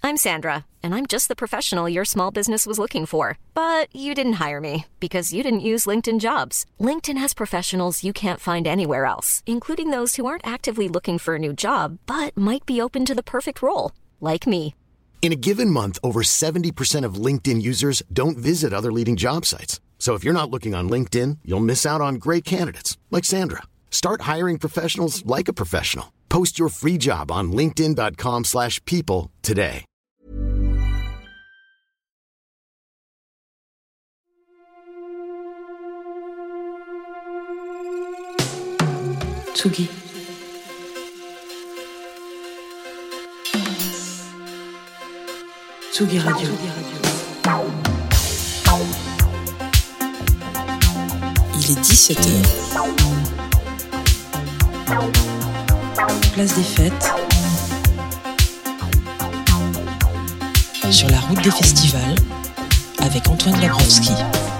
I'm Sandra, and I'm just the professional your small business was looking for. But you didn't hire me because you didn't use LinkedIn Jobs. LinkedIn has professionals you can't find anywhere else, including those who aren't actively looking for a new job, but might be open to the perfect role, like me. In a given month, over 70% of LinkedIn users don't visit other leading job sites. So if you're not looking on LinkedIn, you'll miss out on great candidates like Sandra. Start hiring professionals like a professional. Post your free job on linkedin.com/people today. Tsugi. Tsugi Radio. Il est 17h. Place des Fêtes. Sur la route des festivals avec Antoine Dabrowski.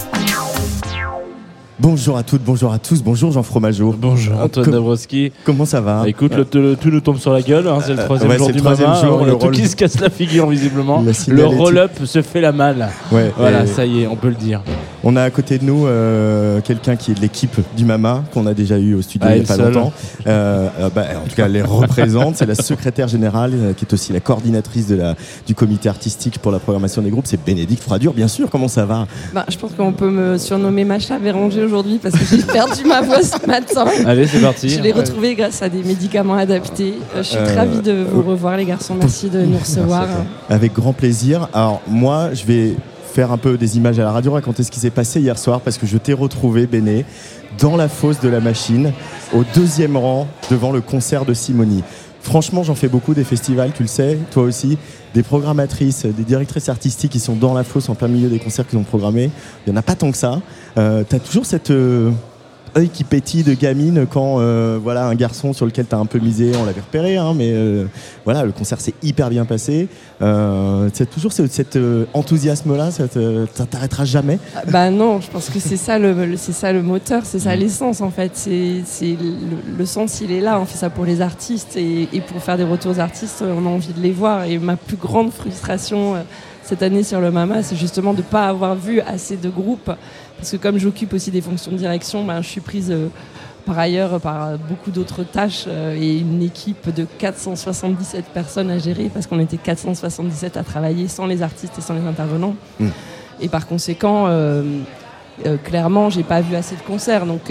Bonjour à toutes, bonjour à tous, bonjour Jean Fromageau. Bonjour Antoine Dabrowski. Comment ça va ? Écoute, tout nous tombe sur la gueule, c'est le troisième jour du Mama, il y a tout qui se casse la figure visiblement. Le roll-up se fait la malle. Ouais, voilà, ça y est, on peut le dire. On a à côté de nous quelqu'un qui est de l'équipe du Mama, qu'on a déjà eu au studio il n'y a pas longtemps. En tout cas, elle les représente. C'est la secrétaire générale, qui est aussi la coordinatrice du comité artistique pour la programmation des groupes. C'est Bénédicte Froidure, bien sûr. Comment ça va ? Je pense qu'on peut me surnommer Macha Béranger aujourd'hui parce que j'ai perdu ma voix ce matin. Allez, c'est parti. Je l'ai retrouvée grâce à des médicaments adaptés. Je suis très ravie de vous revoir, les garçons. Merci de nous recevoir. Avec grand plaisir. Alors, moi, je vais faire un peu des images à la radio, raconter ce qui s'est passé hier soir parce que je t'ai retrouvé, Béné, dans la fosse de la Machine, au 2e rang, devant le concert de Simony. Franchement, j'en fais beaucoup des festivals, tu le sais, toi aussi, des programmatrices, des directrices artistiques qui sont dans la fosse en plein milieu des concerts qu'ils ont programmés. Il n'y en a pas tant que ça. T'as toujours cette œil qui pétille de gamine quand un garçon sur lequel t'as un peu misé, on l'avait repéré, mais le concert s'est hyper bien passé. C'est toujours cet enthousiasme-là, ça t'arrêtera jamais. Non, je pense que c'est ça le moteur, c'est ça l'essence en fait. C'est le sens, il est là. On fait ça pour les artistes et pour faire des retours aux artistes, on a envie de les voir. Et ma plus grande frustration cette année sur le Mama, c'est justement de ne pas avoir vu assez de groupes. Parce que comme j'occupe aussi des fonctions de direction, je suis prise par ailleurs par beaucoup d'autres tâches et une équipe de 477 personnes à gérer parce qu'on était 477 à travailler sans les artistes et sans les intervenants. Et par conséquent, clairement, j'ai pas vu assez de concerts. Donc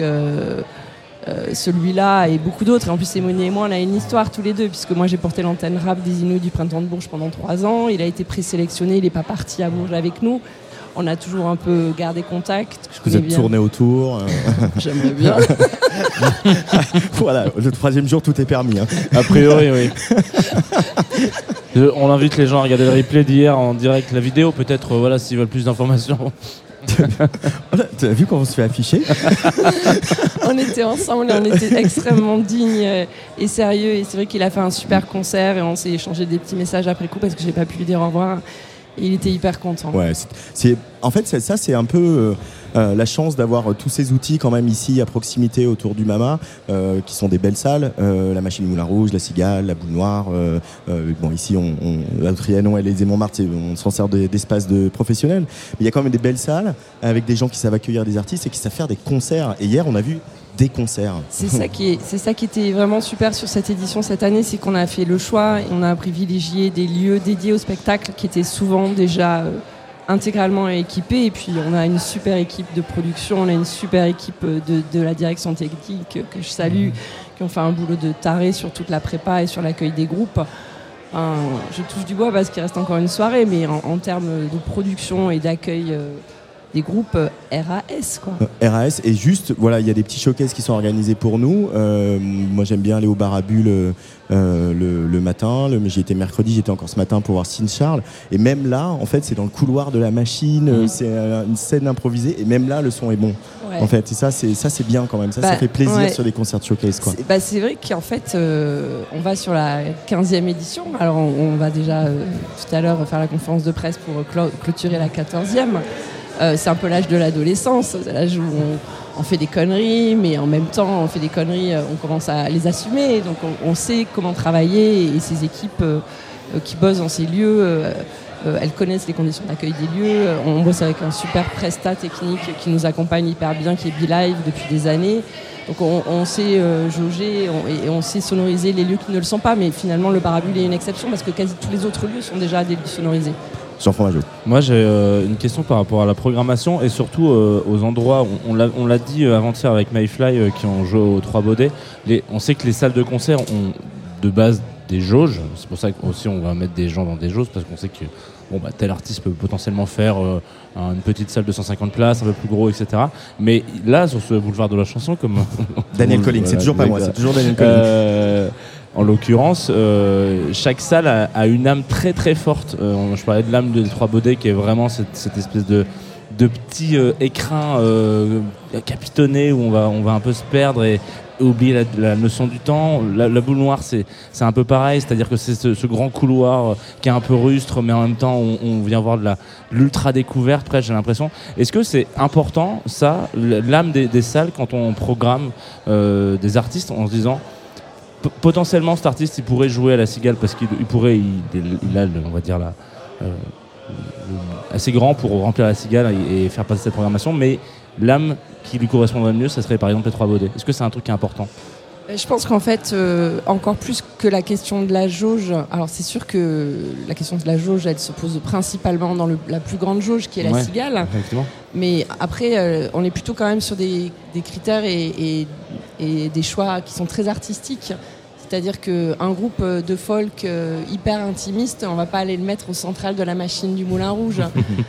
celui-là et beaucoup d'autres. Et en plus, Simony et moi, on a une histoire tous les deux, puisque moi, j'ai porté l'antenne rap des Inuits du Printemps de Bourges pendant 3 ans. Il a été présélectionné, il n'est pas parti à Bourges avec nous. On a toujours un peu gardé contact. Vous êtes tourné autour. J'aimerais bien. Voilà, le 3e jour, tout est permis. A priori, oui. On invite les gens à regarder le replay d'hier en direct, la vidéo, peut-être, s'ils veulent plus d'informations. T'as vu comment on se fait afficher ? On était ensemble et on était extrêmement dignes et sérieux. Et c'est vrai qu'il a fait un super concert et on s'est échangé des petits messages après coup parce que j'ai pas pu lui dire au revoir. Et il était hyper content. Ouais, en fait, ça, c'est un peu la chance d'avoir tous ces outils quand même ici à proximité autour du Mama, qui sont des belles salles. La Machine du Moulin Rouge, la Cigale, la Boule Noire. Ici, la Trianon et les Montmartre, on s'en sert d'espace de professionnels. Mais il y a quand même des belles salles avec des gens qui savent accueillir des artistes et qui savent faire des concerts. Et hier, on a vu des concerts. C'est ça qui était vraiment super sur cette édition cette année, c'est qu'on a fait le choix et on a privilégié des lieux dédiés au spectacle qui étaient souvent déjà intégralement équipés. Et puis on a une super équipe de production, on a une super équipe de la direction technique que je salue, qui ont fait un boulot de taré sur toute la prépa et sur l'accueil des groupes. Je touche du bois parce qu'il reste encore une soirée, mais en termes de production et d'accueil des groupes RAS quoi. RAS et juste il y a des petits showcases qui sont organisés pour nous. Moi j'aime bien aller au bar à Bulle le matin, j'y étais mercredi, j'étais encore ce matin pour voir Cine Charles et même là en fait c'est dans le couloir de la Machine, c'est une scène improvisée et même là le son est bon. Ouais. En fait et ça c'est bien quand même, ça fait plaisir sur des concerts de showcase quoi. C'est vrai qu'en fait on va sur la 15e édition, alors on va déjà tout à l'heure faire la conférence de presse pour clôturer la 14e. C'est un peu l'âge de l'adolescence, c'est l'âge où on fait des conneries, mais en même temps, on fait des conneries, on commence à les assumer. Donc on sait comment travailler et ces équipes qui bossent dans ces lieux. Elles connaissent les conditions d'accueil des lieux. On bosse avec un super prestat technique qui nous accompagne hyper bien, qui est Be-Live depuis des années. Donc on sait jauger et on sait sonoriser les lieux qui ne le sont pas, mais finalement le Barabule est une exception parce que quasi tous les autres lieux sont déjà sonorisés. Moi j'ai une question par rapport à la programmation et surtout aux endroits, on l'a dit avant-hier avec Mayfly qui ont joué aux Trois Baudets, on sait que les salles de concert ont de base des jauges, c'est pour ça qu'aussi on va mettre des gens dans des jauges parce qu'on sait que tel artiste peut potentiellement faire une petite salle de 150 places, un peu plus gros, etc. Mais là, sur ce boulevard de la chanson, comme Daniel Colling, c'est toujours pas moi, c'est toujours Daniel Colling. En l'occurrence, chaque salle a une âme très très forte. Je parlais de l'âme des Trois Baudets qui est vraiment cette espèce de petit écrin capitonné où on va un peu se perdre et oublier la notion du temps. La boule noire, c'est un peu pareil, c'est-à-dire que c'est ce grand couloir qui est un peu rustre, mais en même temps on vient voir de l'ultra découverte, presque, j'ai l'impression. Est-ce que c'est important, ça, l'âme des salles, quand on programme des artistes, en se disant potentiellement cet artiste il pourrait jouer à la Cigale parce qu'il a on va dire assez grand pour remplir la Cigale et faire passer cette programmation, mais l'âme qui lui correspondrait le mieux, ça serait par exemple les Trois Baudets. Est-ce que c'est un truc qui est important ? Je pense qu'en fait, encore plus que la question de la jauge, alors c'est sûr que la question de la jauge, elle se pose principalement dans la plus grande jauge qui est la Cigale. Effectivement. Mais après, on est plutôt quand même sur des critères et des choix qui sont très artistiques. C'est-à-dire qu'un groupe de folk hyper intimiste, on ne va pas aller le mettre au central de la machine du Moulin Rouge.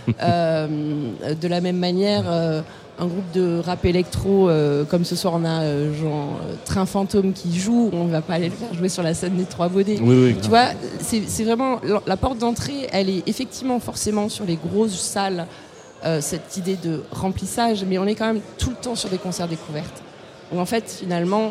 De la même manière, un groupe de rap électro, comme ce soir on a Train Fantôme qui joue, on ne va pas aller le faire jouer sur la scène des Trois Baudets. Oui, tu vois, c'est vraiment la porte d'entrée, elle est effectivement forcément sur les grosses salles, cette idée de remplissage, mais on est quand même tout le temps sur des concerts découvertes. Donc en fait, finalement...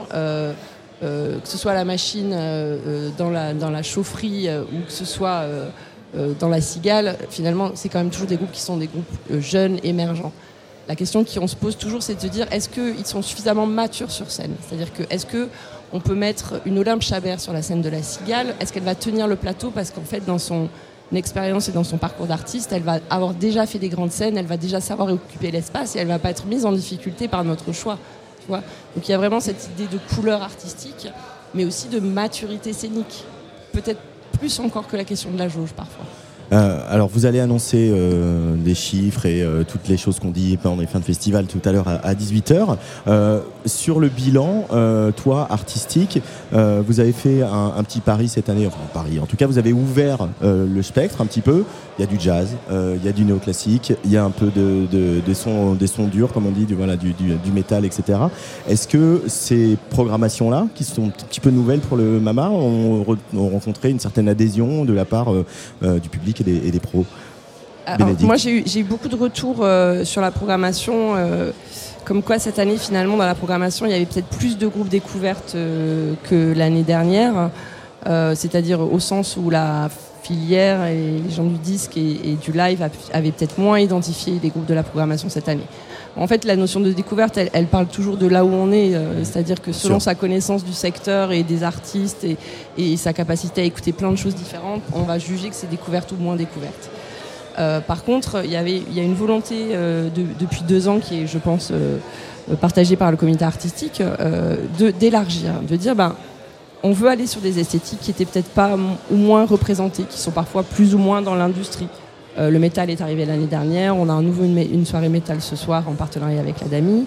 que ce soit la machine dans la chaufferie ou que ce soit dans la Cigale, finalement, c'est quand même toujours des groupes qui sont des groupes jeunes, émergents. La question qu'on se pose toujours, c'est de se dire, est-ce qu'ils sont suffisamment matures sur scène ? C'est-à-dire que, est-ce qu'on peut mettre une Olympe Chabert sur la scène de la Cigale ? Est-ce qu'elle va tenir le plateau ? Parce qu'en fait, dans son expérience et dans son parcours d'artiste, elle va avoir déjà fait des grandes scènes, elle va déjà savoir occuper l'espace et elle ne va pas être mise en difficulté par notre choix. Donc il y a vraiment cette idée de couleur artistique, mais aussi de maturité scénique. Peut-être plus encore que la question de la jauge parfois. Alors vous allez annoncer des chiffres et toutes les choses qu'on dit pendant les fins de festival tout à l'heure à 18h. Sur le bilan, toi, artistique, vous avez fait un petit pari cette année, en tout cas vous avez ouvert le spectre un petit peu. Il y a du jazz, il y a du néoclassique, il y a un peu des sons durs, comme on dit, du métal, etc. Est-ce que ces programmations-là, qui sont un petit peu nouvelles pour le MAMA, ont rencontré une certaine adhésion de la part du public et des pros? Alors, moi j'ai eu beaucoup de retours sur la programmation, comme quoi cette année finalement dans la programmation il y avait peut-être plus de groupes découvertes que l'année dernière, c'est-à-dire au sens où la filière et les gens du disque et du live avaient peut-être moins identifié les groupes de la programmation cette année. En fait, la notion de découverte, elle parle toujours de là où on est, c'est-à-dire que selon sa connaissance du secteur et des artistes et sa capacité à écouter plein de choses différentes, on va juger que c'est découverte ou moins découverte. Par contre, il y a une volonté depuis 2 ans qui est, je pense, partagée par le comité artistique, d'élargir, de dire on veut aller sur des esthétiques qui n'étaient peut-être pas ou moins représentées, qui sont parfois plus ou moins dans l'industrie. Le métal est arrivé l'année dernière, on a une soirée métal ce soir en partenariat avec la DAMI.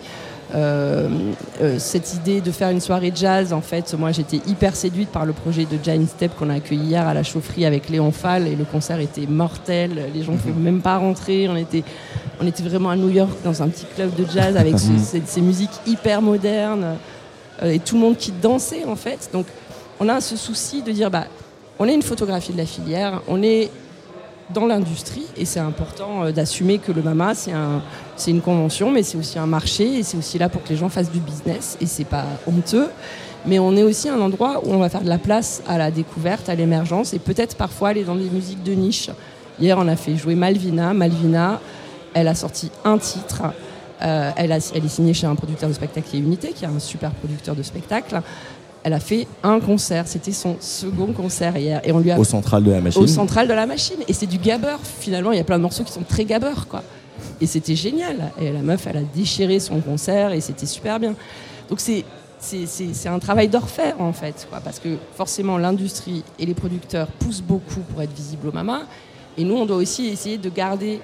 Cette idée de faire une soirée jazz, en fait, moi j'étais hyper séduite par le projet de Giant Step qu'on a accueilli hier à la chaufferie avec Léon Fall et le concert était mortel, les gens ne pouvaient même pas rentrer, on était vraiment à New York dans un petit club de jazz avec ces musiques hyper modernes et tout le monde qui dansait en fait. Donc on a ce souci de dire on est une photographie de la filière, on est dans l'industrie et c'est important d'assumer que le MAMA c'est une convention mais c'est aussi un marché et c'est aussi là pour que les gens fassent du business et c'est pas honteux, mais on est aussi un endroit où on va faire de la place à la découverte, à l'émergence et peut-être parfois aller dans des musiques de niche. Hier on a fait jouer Malvina, elle a sorti un titre, elle est signée chez un producteur de spectacle qui est Unité, qui est un super producteur de spectacle. elle a fait un concert, c'était son second concert hier, et on lui a Au central de la machine. Au central de la machine, et c'est du gabber. Finalement, il y a plein de morceaux qui sont très gabber, quoi. Et c'était génial. Et la meuf, elle a déchiré son concert, et c'était super bien. Donc c'est un travail d'orfèvre, en fait, quoi, parce que forcément l'industrie et les producteurs poussent beaucoup pour être visibles au Mama, et nous, on doit aussi essayer de garder.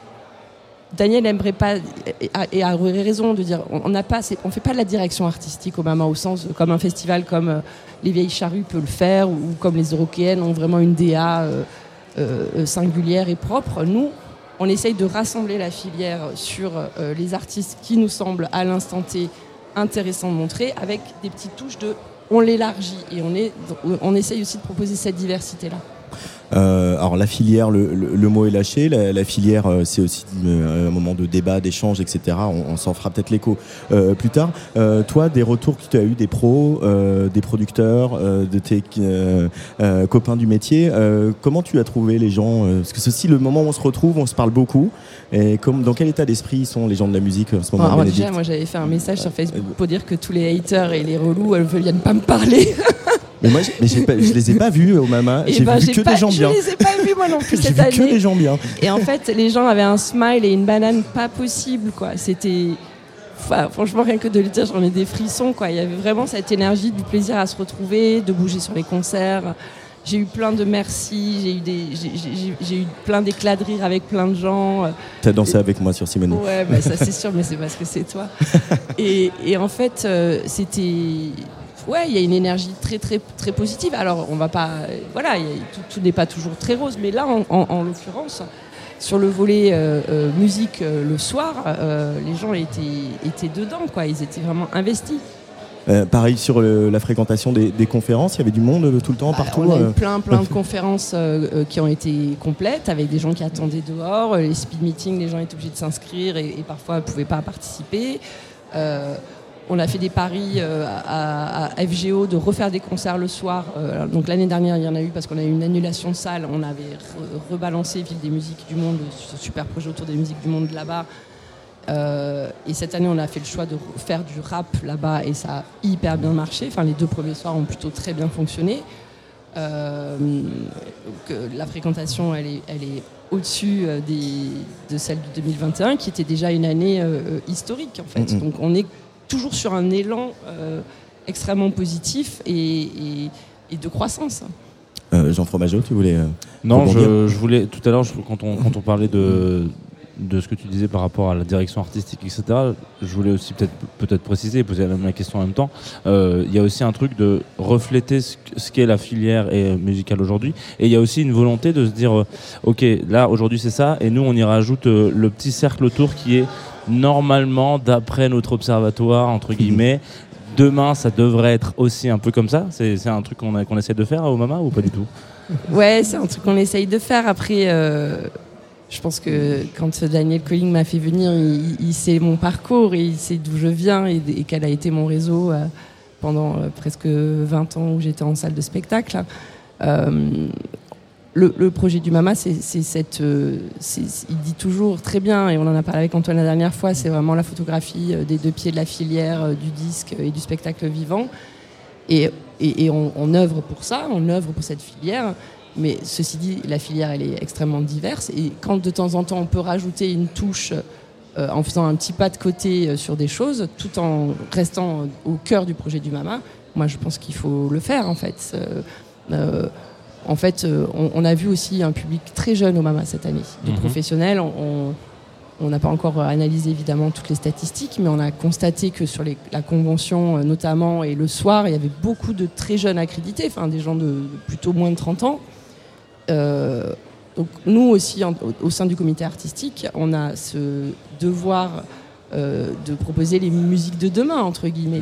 Daniel n'aimerait pas, et a raison de dire, on fait pas de la direction artistique au Mama au sens comme un festival comme les Vieilles Charrues peut le faire, ou comme les Européennes ont vraiment une DA singulière et propre. Nous, on essaye de rassembler la filière sur les artistes qui nous semblent à l'instant T intéressants de montrer, avec des petites touches de on l'élargit, et on essaye aussi de proposer cette diversité-là. Alors la filière, le mot est lâché. La filière, c'est aussi un moment de débat, d'échange, etc. On s'en fera peut-être l'écho plus tard. Toi, des retours que tu as eu des pros, des producteurs, de tes copains du métier, comment tu as trouvé les gens? Parce que c'est aussi le moment où on se retrouve, on se parle beaucoup. Et dans quel état d'esprit sont les gens de la musique en ce moment? Déjà, moi j'avais fait un message sur Facebook pour dire que tous les haters et les relous, elles viennent pas me parler. Mais moi, je les ai pas vus au Mama. J'ai vu que des gens bien. Je les ai pas vus moi non plus cette année. J'ai vu que des gens bien. Et en fait, les gens avaient un smile et une banane pas possible, quoi. C'était, franchement, rien que de le dire, j'en ai des frissons, quoi. Il y avait vraiment cette énergie, du plaisir à se retrouver, de bouger sur les concerts. J'ai eu plein de merci, j'ai eu plein d'éclats de rire avec plein de gens. T'as dansé avec moi sur Simonie. Ouais, bah, ça c'est sûr, mais c'est parce que c'est toi. Et en fait, c'était... Ouais, il y a une énergie très très très positive. Alors on va pas, voilà, tout n'est pas toujours très rose, mais là en l'occurrence, sur le volet musique le soir, les gens étaient dedans, quoi. Ils étaient vraiment investis. Pareil sur la fréquentation des conférences, il y avait du monde tout le temps, partout. On a eu plein de conférences qui ont été complètes, avec des gens qui attendaient dehors. Les speed meetings, les gens étaient obligés de s'inscrire et parfois ne pouvaient pas participer. On a fait des paris à FGO de refaire des concerts le soir. Donc l'année dernière, il y en a eu parce qu'on a eu une annulation de salle. On avait rebalancé Ville des musiques du monde, ce super projet autour des musiques du monde là-bas. Et cette année, on a fait le choix de faire du rap là-bas, et ça a hyper bien marché. Enfin, les 2 premiers soirs ont plutôt très bien fonctionné. La fréquentation, elle est au-dessus de celle de 2021, qui était déjà une année historique, en fait. Donc on est toujours sur un élan extrêmement positif et de croissance. Jean Fromageau, tu voulais Non, je voulais tout à l'heure, quand on parlait de ce que tu disais par rapport à la direction artistique, etc., je voulais aussi peut-être préciser et poser la question en même temps. Il y a aussi un truc de refléter ce qu'est la filière musicale aujourd'hui, et il y a aussi une volonté de se dire ok, là aujourd'hui c'est ça, et nous on y rajoute le petit cercle autour qui est normalement, d'après notre observatoire, entre guillemets, demain ça devrait être aussi un peu comme ça. C'est un truc qu'on essaie de faire au Mama, ou pas du tout? Ouais, c'est un truc qu'on essaye de faire. Après, je pense que quand Daniel Colling m'a fait venir, il sait mon parcours, et il sait d'où je viens, et quel a été mon réseau pendant presque 20 ans où j'étais en salle de spectacle. Le projet du Mama, il dit toujours très bien, et on en a parlé avec Antoine la dernière fois, c'est vraiment la photographie des 2 pieds de la filière, du disque et du spectacle vivant. Et on œuvre pour ça, on œuvre pour cette filière. Mais ceci dit, la filière, elle est extrêmement diverse. Et quand de temps en temps, on peut rajouter une touche en faisant un petit pas de côté sur des choses, tout en restant au cœur du projet du Mama, moi, je pense qu'il faut le faire, en fait. On a vu aussi un public très jeune au Mama cette année, de professionnels. On n'a pas encore analysé évidemment toutes les statistiques, mais on a constaté que sur la convention notamment, et le soir, il y avait beaucoup de très jeunes accrédités, enfin des gens de plutôt moins de 30 ans. Donc nous aussi, au sein du comité artistique, on a ce devoir de proposer les musiques de demain, entre guillemets,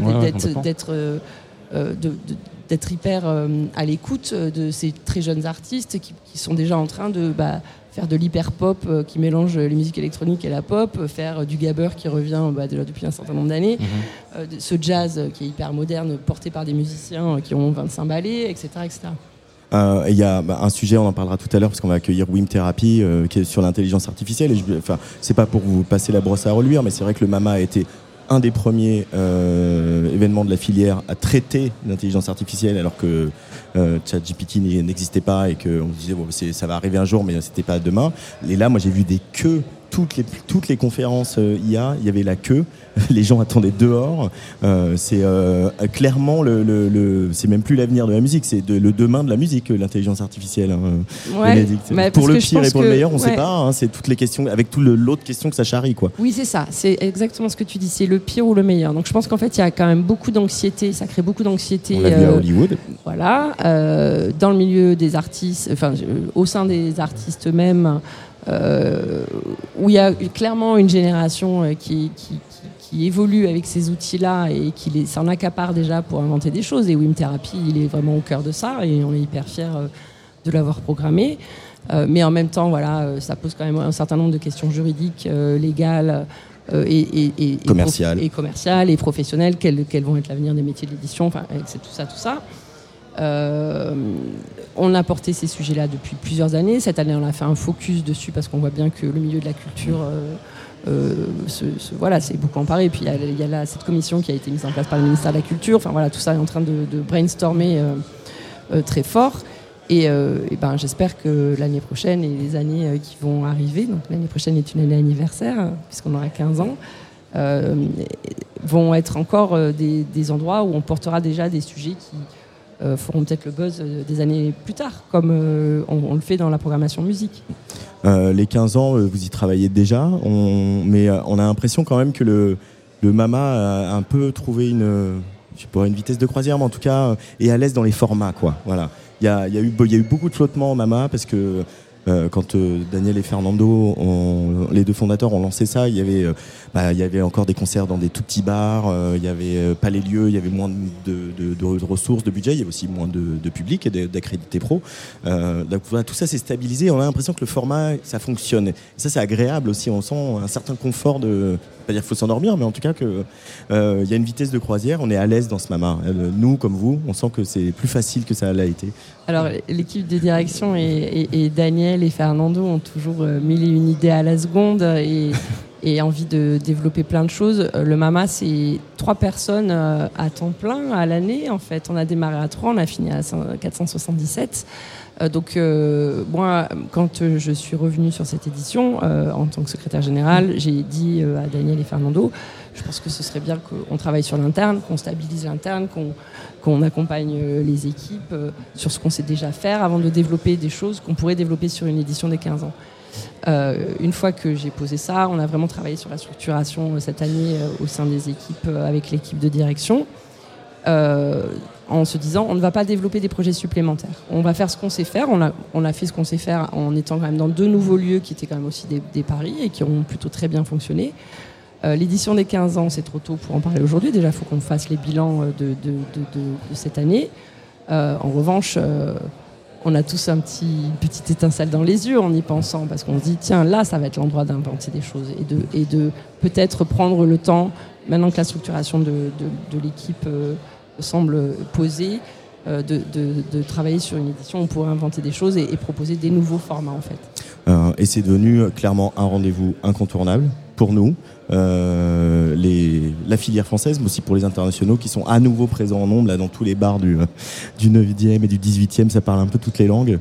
d'être hyper à l'écoute de ces très jeunes artistes qui sont déjà en train de faire de l'hyper-pop qui mélange les musiques électroniques et la pop, faire du gabber qui revient déjà depuis un certain nombre d'années, ce jazz qui est hyper moderne, porté par des musiciens qui ont 25 ballets, etc. etc. Il y a un sujet, on en parlera tout à l'heure, parce qu'on va accueillir Wim Therapy, qui est sur l'intelligence artificielle. Et c'est pas pour vous passer la brosse à reluire, mais c'est vrai que le Mama a été un des premiers événements de la filière à traiter l'intelligence artificielle, alors que ChatGPT n'existait pas et qu'on disait ça va arriver un jour, mais c'était pas demain. Et là, moi, j'ai vu des queues. Toutes les conférences IA, il y avait la queue. Les gens attendaient dehors. C'est clairement c'est même plus l'avenir de la musique, c'est le demain de la musique, l'intelligence artificielle. Pour le pire et pour le meilleur, on ne sait pas. C'est toutes les questions, avec l'autre question que ça charrie, quoi. Oui, c'est ça. C'est exactement ce que tu dis. C'est le pire ou le meilleur. Donc je pense qu'en fait, il y a quand même beaucoup d'anxiété. Ça crée beaucoup d'anxiété. On l'a vu à Hollywood. Voilà, dans le milieu des artistes, au sein des artistes eux-mêmes. Où il y a clairement une génération qui évolue avec ces outils-là et qui s'en accapare déjà pour inventer des choses. Et Wim Therapy, il est vraiment au cœur de ça et on est hyper fiers de l'avoir programmé. Mais en même temps, voilà, ça pose quand même un certain nombre de questions juridiques, légales et commerciales et professionnelles. Quels vont être l'avenir des métiers de l'édition, c'est tout ça. On a porté ces sujets-là depuis plusieurs années. Cette année, on a fait un focus dessus parce qu'on voit bien que le milieu de la culture c'est beaucoup emparé. Et puis il y a cette commission qui a été mise en place par le ministère de la Culture. Tout ça est en train de brainstormer très fort. Et j'espère que l'année prochaine et les années qui vont arriver, donc l'année prochaine est une année anniversaire puisqu'on aura 15 ans, vont être encore des endroits où on portera déjà des sujets qui feront peut-être le buzz des années plus tard, comme on le fait dans la programmation musique. Les 15 ans, vous y travaillez déjà, mais on a l'impression quand même que le MAMA a un peu trouvé une vitesse de croisière, mais en tout cas est à l'aise dans les formats, quoi. Voilà. Il y a eu beaucoup de flottement au MAMA parce que quand Daniel et Fernando, les deux fondateurs, ont lancé ça, il y avait encore des concerts dans des tout petits bars, il y avait pas les lieux, il y avait moins de ressources, de budget, il y avait aussi moins de public et d'accrédités pro. Donc voilà, tout ça s'est stabilisé. On a l'impression que le format, ça fonctionne. Et ça, c'est agréable aussi. On sent un certain confort pas dire qu'il faut s'endormir, mais en tout cas que il y a une vitesse de croisière. On est à l'aise dans ce MAMA. Nous, comme vous, on sent que c'est plus facile que ça l'a été. Alors, l'équipe de direction et Daniel et Fernando ont toujours mille et une idées à la seconde et envie de développer plein de choses. Le MAMA, c'est 3 personnes à temps plein à l'année. En fait, on a démarré à 3, on a fini à 477. Donc, moi, quand je suis revenue sur cette édition, en tant que secrétaire générale, j'ai dit à Daniel et Fernando, je pense que ce serait bien qu'on travaille sur l'interne, qu'on stabilise l'interne, qu'on accompagne les équipes sur ce qu'on sait déjà faire avant de développer des choses qu'on pourrait développer sur une édition des 15 ans. Une fois que j'ai posé ça, on a vraiment travaillé sur la structuration cette année au sein des équipes avec l'équipe de direction. En se disant on ne va pas développer des projets supplémentaires. On va faire ce qu'on sait faire. On a fait ce qu'on sait faire en étant quand même dans 2 nouveaux lieux qui étaient quand même aussi des paris et qui ont plutôt très bien fonctionné. L'édition des 15 ans, c'est trop tôt pour en parler aujourd'hui. Déjà, il faut qu'on fasse les bilans de cette année. En revanche, on a tous une petite étincelle dans les yeux en y pensant parce qu'on se dit tiens, là, ça va être l'endroit d'inventer des choses et de peut-être prendre le temps, maintenant que la structuration de l'équipe semble posée, de travailler sur une édition où on pourrait inventer des choses et proposer des nouveaux formats en fait. Et c'est devenu clairement un rendez-vous incontournable pour nous, la filière française, mais aussi pour les internationaux qui sont à nouveau présents en nombre là, dans tous les bars du 9e et du 18e, ça parle un peu toutes les langues.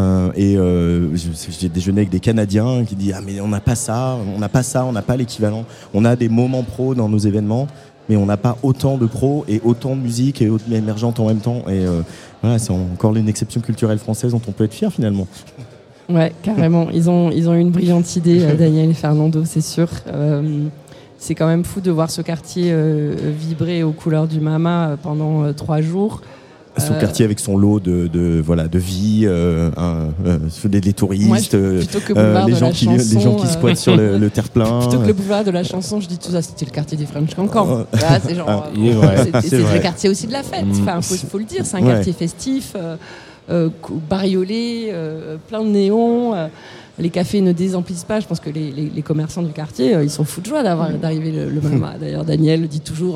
J'ai déjeuné avec des Canadiens qui disent « Ah mais on n'a pas ça, on n'a pas l'équivalent. On a des moments pros dans nos événements, mais on n'a pas autant de pros et autant de musique et émergente en même temps. » Et voilà, c'est encore une exception culturelle française dont on peut être fier finalement. Ouais, carrément. Ils ont eu une brillante idée, Daniel et Fernando, c'est sûr. C'est quand même fou de voir ce quartier vibrer aux couleurs du MAMA pendant 3 jours. Son quartier avec son lot de vie, les touristes, les gens qui squattent sur le terre-plein. Plutôt que le boulevard de la chanson, je dis tout ça, c'était le quartier des French Cancan. C'est le quartier aussi de la fête. Faut le dire, c'est un quartier festif. Bariolé, plein de néons, les cafés ne désemplissent pas. Je pense que les commerçants du quartier, ils sont fous de joie d'arriver le MAMA. D'ailleurs, Daniel dit toujours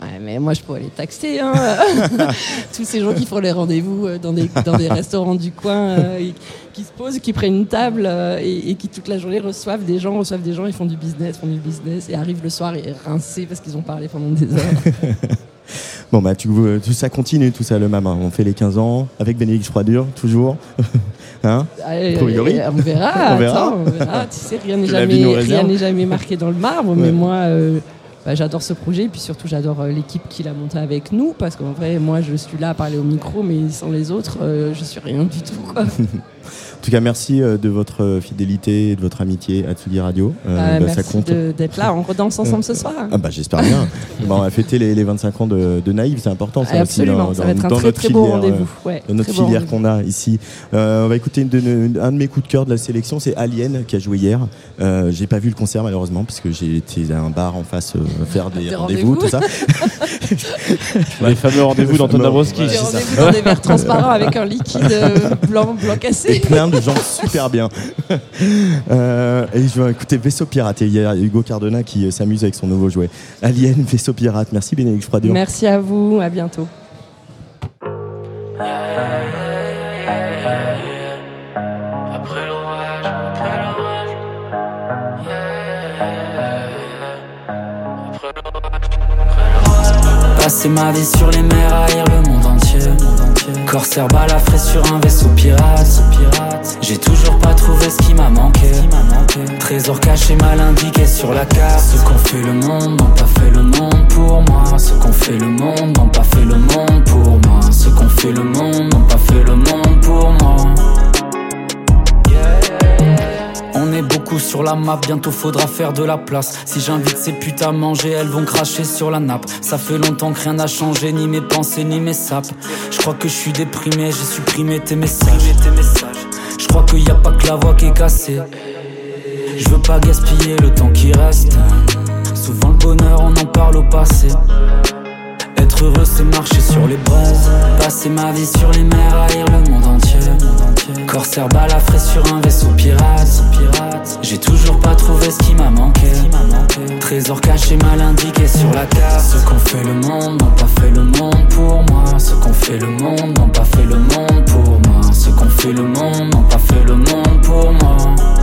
Ouais, mais moi, je pourrais les taxer. Hein. Tous ces gens qui font les rendez-vous dans des restaurants du coin, qui se posent, qui prennent une table et qui toute la journée reçoivent des gens, ils font du business et arrivent le soir et rincés parce qu'ils ont parlé pendant des heures. Bon, bah, tout ça continue, tout ça, le Mama. On fait les 15 ans avec Bénédicte Froidure, toujours. Hein? On verra. On verra. Tu sais, rien n'est jamais marqué dans le marbre, ouais. Mais moi, j'adore ce projet. Et puis surtout, j'adore l'équipe qui l'a monté avec nous. Parce qu'en vrai, moi, je suis là à parler au micro, mais sans les autres, je suis rien du tout, quoi. En tout cas, merci de votre fidélité et de votre amitié à Tsugi Radio. Merci ça compte. D'être là. On redanse ensemble ce soir. J'espère bien. On va fêter les 25 ans de Naïve, c'est important. Ça absolument, aussi, ça va être un très très beau rendez-vous. Dans notre filière qu'on a ici. On va écouter un de mes coups de cœur de la sélection, c'est Alien qui a joué hier. J'ai pas vu le concert malheureusement parce que j'ai été à un bar en face faire des rendez-vous, tout ça. Les fameux rendez-vous d'Antoine Dabrowski. Des rendez-vous dans des verres transparents avec un liquide blanc cassé. Et plein de gens super bien. Et je vais écouter Vaisseau Pirate. Et il y a Hugo Cardona qui s'amuse avec son nouveau jouet. Alien, Vaisseau Pirate. Merci Bénédicte Froidure. Merci à vous, à bientôt. Passer ma vie sur les mers, haïr le monde entier. Corsaire balafré sur un vaisseau pirate. J'ai toujours pas trouvé ce qui m'a manqué. Trésor caché mal indiqué sur la carte. Ceux qu'on fait le monde n'ont pas fait le monde pour moi. Ceux qu'on fait le monde n'ont pas fait le monde pour moi. Ceux qu'on fait le monde n'ont pas fait le monde pour moi. On est beaucoup sur la map, bientôt faudra faire de la place. Si j'invite ces putes à manger, elles vont cracher sur la nappe. Ça fait longtemps que rien n'a changé, ni mes pensées, ni mes sapes. Je crois que je suis déprimé, j'ai supprimé tes messages. Je crois qu'il y a pas que la voix qui est cassée. Je veux pas gaspiller le temps qui reste. Souvent le bonheur, on en parle au passé. Être heureux, c'est marcher sur les braises. Passer ma vie sur les mers, haïr le monde entier. Corsaire balafré sur un vaisseau pirate. J'ai toujours pas trouvé ce qui m'a manqué. Trésor caché mal indiqué sur la carte. Ceux qu'on fait le monde n'ont pas fait le monde pour moi. Ceux qu'on fait le monde n'ont pas fait le monde pour moi. Ceux qu'on fait le monde n'ont pas fait le monde pour moi.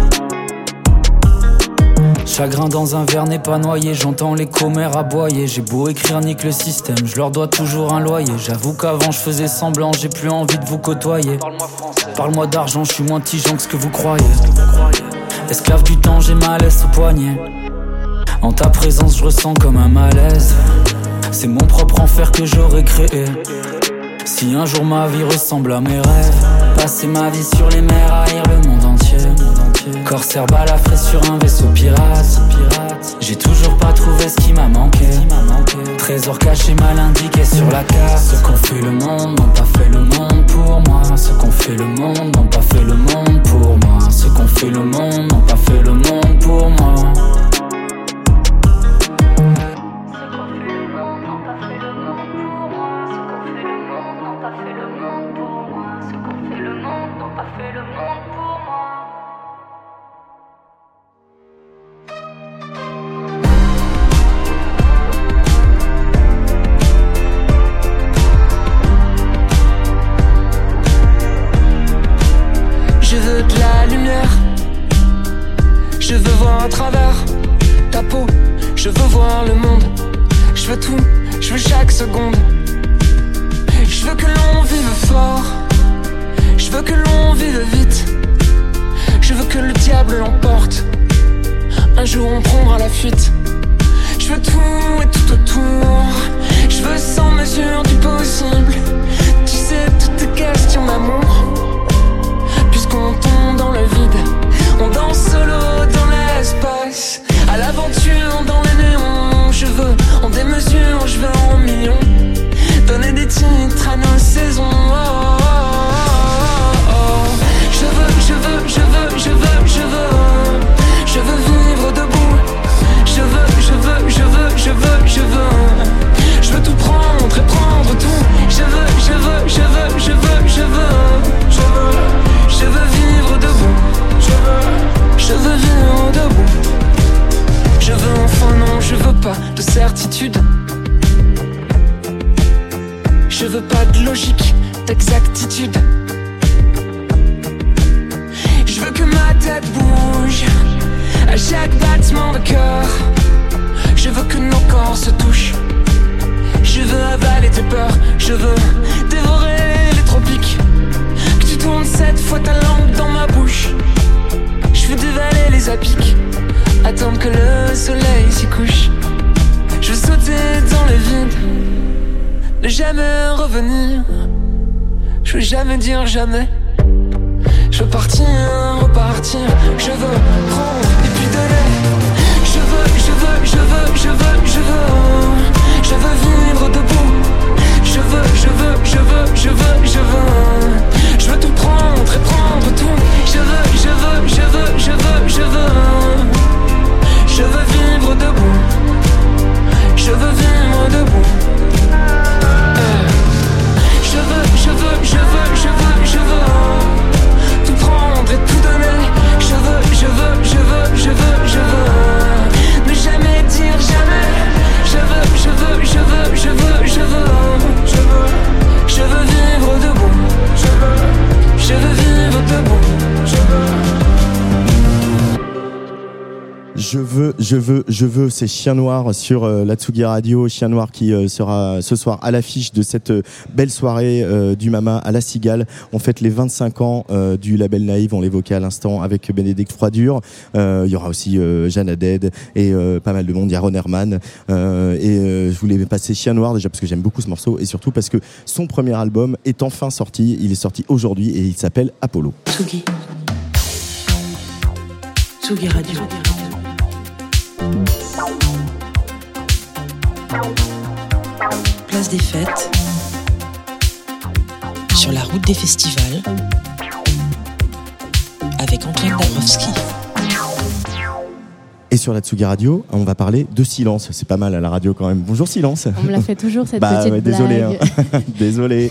Chagrin dans un verre n'est pas noyé, j'entends les commères aboyer. J'ai beau écrire nique le système, je leur dois toujours un loyer. J'avoue qu'avant je faisais semblant, j'ai plus envie de vous côtoyer. Parle-moi d'argent, je suis moins tigeant que ce que vous croyez. Esclave du temps, j'ai ma laisse au poignet. En ta présence je ressens comme un malaise. C'est mon propre enfer que j'aurais créé. Si un jour ma vie ressemble à mes rêves. Passer ma vie sur les mers, haïr le monde entier. Corsaire balafré sur un vaisseau pirate. J'ai toujours pas trouvé ce qui m'a manqué. Trésor caché mal indiqué sur la carte. Ceux qu'on fait le monde n'ont pas fait le monde pour moi. Ceux qu'on fait le monde n'ont pas fait le monde pour moi. Ceux qu'on fait le monde n'ont pas fait le monde pour moi. Je veux de la lumière, je veux voir à travers ta peau, je veux voir le monde, je veux tout, je veux chaque seconde. Je veux que l'on vive fort, je veux que l'on vive vite, je veux que le diable l'emporte, un jour on prendra la fuite. Je veux tout et tout autour, je veux sans mesure du possible. Tu sais, toutes tes questions d'amour. Puisqu'on tombe dans le vide, on danse solo dans l'espace. À l'aventure dans les néons. Je veux en démesure, je veux en millions. Donner des titres à nos saisons. Oh, oh, oh, oh. Je veux. Je veux vivre debout. Je veux. Je veux tout prendre et prendre tout. Je veux vivre debout. À chaque battement de cœur, je veux que nos corps se touchent. Je veux avaler tes peurs, je veux dévorer les tropiques. Que tu tournes 7 fois ta langue dans ma bouche. Je veux dévaler les apics, attendre que le soleil s'y couche. Je veux sauter dans le vide, ne jamais revenir. Je veux jamais dire jamais. Je veux partir, repartir. Je veux prendre et puis donner. Je veux, je veux, je veux, je veux, je veux. Je veux vivre debout. Je veux, je veux, je veux, je veux, je veux. Je veux tout prendre et prendre tout. Je veux, je veux, je veux, je veux, je veux. Je veux vivre debout. Je veux vivre debout. Je veux, je veux, je veux, je veux, je veux tout prendre et tout donner. Je veux, je veux, je veux, je veux, je veux ne jamais dire jamais. Je veux, je veux, je veux, je veux, je veux, je veux, je veux vivre debout. Je veux vivre debout. Je veux, c'est Chien Noir sur la Tsugi Radio. Chien Noir qui sera ce soir à l'affiche de cette belle soirée du Mama à la Cigale. On fête les 25 ans du label Naïve, on l'évoquait à l'instant avec Bénédicte Froidure. Il y aura aussi Jeanne Haddad et pas mal de monde. Il y a Ron Herman. Je voulais passer Chien Noir déjà parce que j'aime beaucoup ce morceau et surtout parce que son premier album est enfin sorti. Il est sorti aujourd'hui et il s'appelle Apollo. Tsugi. Tsugi Radio. Place des Fêtes, sur la route des festivals, avec Antoine Dabrowski. Et sur la Tsugi Radio, on va parler de Silence. C'est pas mal à la radio quand même. Bonjour Silence. On me la fait toujours cette petite blague. Désolé. Désolé.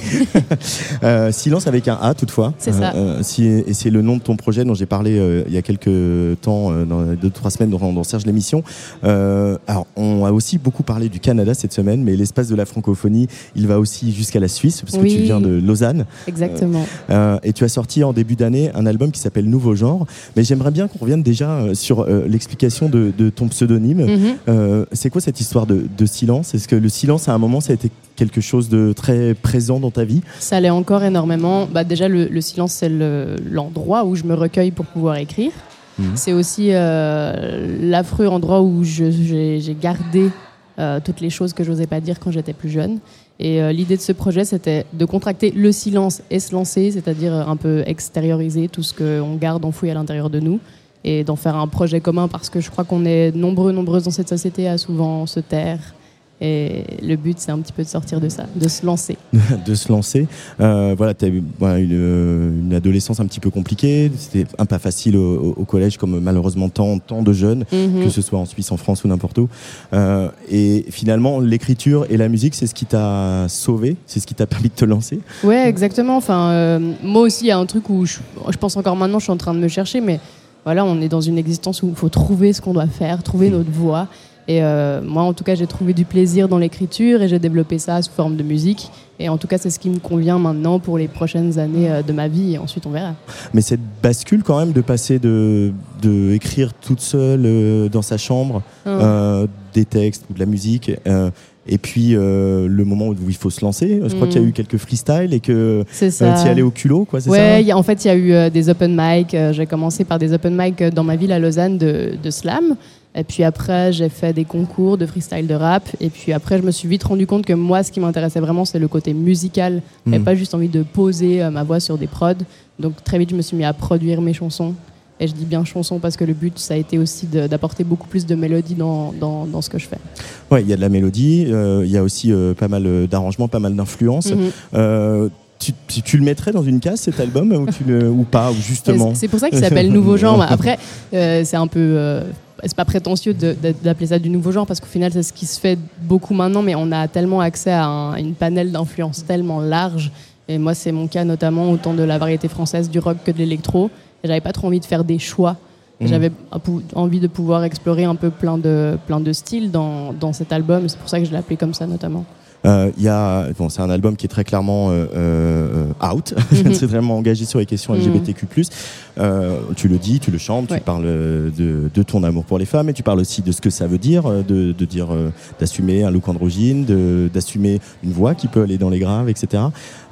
Silence avec un A toutefois. C'est ça. Et c'est le nom de ton projet dont j'ai parlé il y a quelques temps, dans 2-3 semaines dans Serge l'émission. Alors on a aussi beaucoup parlé du Canada cette semaine, mais l'espace de la francophonie, il va aussi jusqu'à la Suisse, parce que tu viens de Lausanne. Exactement. Et tu as sorti en début d'année un album qui s'appelle Nouveau Genre. Mais j'aimerais bien qu'on revienne déjà sur l'explication de ton pseudonyme. C'est quoi cette histoire de silence? Est-ce que le silence à un moment ça a été quelque chose de très présent dans ta vie? Ça l'est encore énormément. Déjà le silence c'est l'endroit où je me recueille pour pouvoir écrire. C'est aussi l'affreux endroit où j'ai gardé toutes les choses que j'osais pas dire quand j'étais plus jeune. Et l'idée de ce projet, c'était de contracter le silence et se lancer, c'est-à-dire un peu extérioriser tout ce qu'on garde enfoui à l'intérieur de nous et d'en faire un projet commun, parce que je crois qu'on est nombreuses dans cette société à souvent se taire. Et le but, c'est un petit peu de sortir de ça, de se lancer. De se lancer. Voilà, tu as eu une adolescence un petit peu compliquée. C'était un pas facile au collège, comme malheureusement tant de jeunes, que ce soit en Suisse, en France ou n'importe où. Et finalement, l'écriture et la musique, c'est ce qui t'a sauvé, c'est ce qui t'a permis de te lancer. Ouais, exactement. Enfin, moi aussi, il y a un truc où je pense encore maintenant, je suis en train de me chercher, mais voilà, on est dans une existence où il faut trouver ce qu'on doit faire, trouver notre voie. Et moi, en tout cas, j'ai trouvé du plaisir dans l'écriture et j'ai développé ça sous forme de musique. Et en tout cas, c'est ce qui me convient maintenant pour les prochaines années de ma vie. Et ensuite, on verra. Mais cette bascule quand même de passer de écrire toute seule dans sa chambre des textes ou de la musique et puis le moment où il faut se lancer, je crois qu'il y a eu quelques freestyles et que tu y allais au culot, quoi, c'est ça? En fait, il y a eu des open mic. J'ai commencé par des open mic dans ma ville à Lausanne de slam. Et puis après, j'ai fait des concours de freestyle de rap. Et puis après, je me suis vite rendu compte que moi, ce qui m'intéressait vraiment, c'est le côté musical. J'avais pas juste envie de poser ma voix sur des prods. Donc très vite, je me suis mis à produire mes chansons. Et je dis bien chansons parce que le but, ça a été aussi d'apporter beaucoup plus de mélodie dans ce que je fais. Ouais, il y a de la mélodie. Il y a aussi pas mal d'arrangements, pas mal d'influences. Tu le mettrais dans une case, cet album, ou pas, ou justement? C'est pour ça qu'il s'appelle Nouveau Genre. Après, c'est un peu... c'est pas prétentieux d'appeler ça du nouveau genre, parce qu'au final, c'est ce qui se fait beaucoup maintenant, mais on a tellement accès à une panel d'influences tellement large. Et moi, c'est mon cas notamment, autant de la variété française, du rock que de l'électro. Et j'avais pas trop envie de faire des choix. J'avais envie de pouvoir explorer un peu plein de styles dans cet album. C'est pour ça que je l'ai appelé comme ça, notamment. C'est un album qui est très clairement out, c'est vraiment engagé sur les questions LGBTQ+. Tu le dis, tu le chantes, tu parles de ton amour pour les femmes, et tu parles aussi de ce que ça veut dire, d'assumer un look androgyne, d'assumer une voix qui peut aller dans les graves, etc.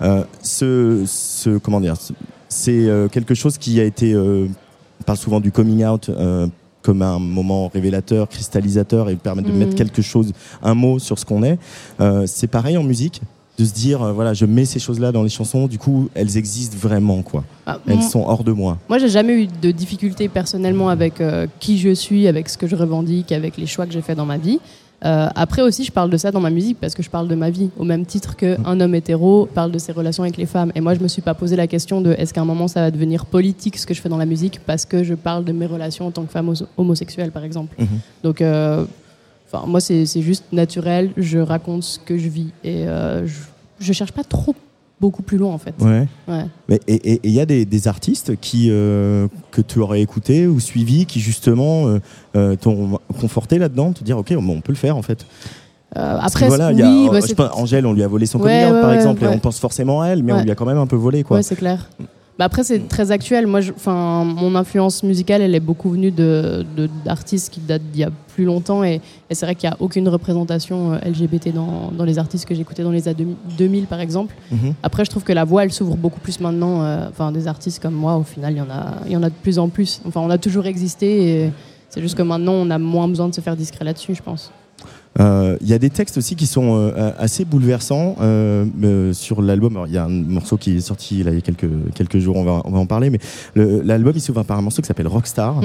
C'est quelque chose qui a été, on parle souvent du coming out comme un moment révélateur, cristallisateur, et permettre de mettre quelque chose, un mot sur ce qu'on est. C'est pareil en musique, de se dire, je mets ces choses-là dans les chansons, du coup, elles existent vraiment, quoi. Elles sont hors de moi. Moi, j'ai jamais eu de difficulté personnellement avec qui je suis, avec ce que je revendique, avec les choix que j'ai faits dans ma vie. Après aussi, je parle de ça dans ma musique parce que je parle de ma vie, au même titre qu'un homme hétéro parle de ses relations avec les femmes. Et moi, je me suis pas posé la question de est-ce qu'à un moment ça va devenir politique ce que je fais dans la musique parce que je parle de mes relations en tant que femme homosexuelle, par exemple. Donc, moi, c'est juste naturel. Je raconte ce que je vis et je cherche pas beaucoup plus loin, en fait. Ouais. Mais et il y a des artistes que tu aurais écouté ou suivi qui justement t'ont conforté là-dedans, te dire ok, on peut le faire en fait. Après, je pense, Angèle, on lui a volé son coming out, par exemple, et on pense forcément à elle, mais on lui a quand même un peu volé, quoi. Ouais, c'est clair. Après, c'est très actuel. Moi, mon influence musicale, elle est beaucoup venue d'artistes qui datent d'il y a plus longtemps. Et c'est vrai qu'il n'y a aucune représentation LGBT dans les artistes que j'écoutais dans les années 2000, par exemple. Après, je trouve que la voix, elle s'ouvre beaucoup plus maintenant. Des artistes comme moi, au final, il y en a de plus en plus. Enfin, on a toujours existé. Et c'est juste que maintenant, on a moins besoin de se faire discret là-dessus, je pense. Il y a des textes aussi qui sont assez bouleversants sur l'album. Alors, il y a un morceau qui est sorti là, il y a quelques jours, on va en parler, mais l'album il s'ouvre par un morceau qui s'appelle Rockstar,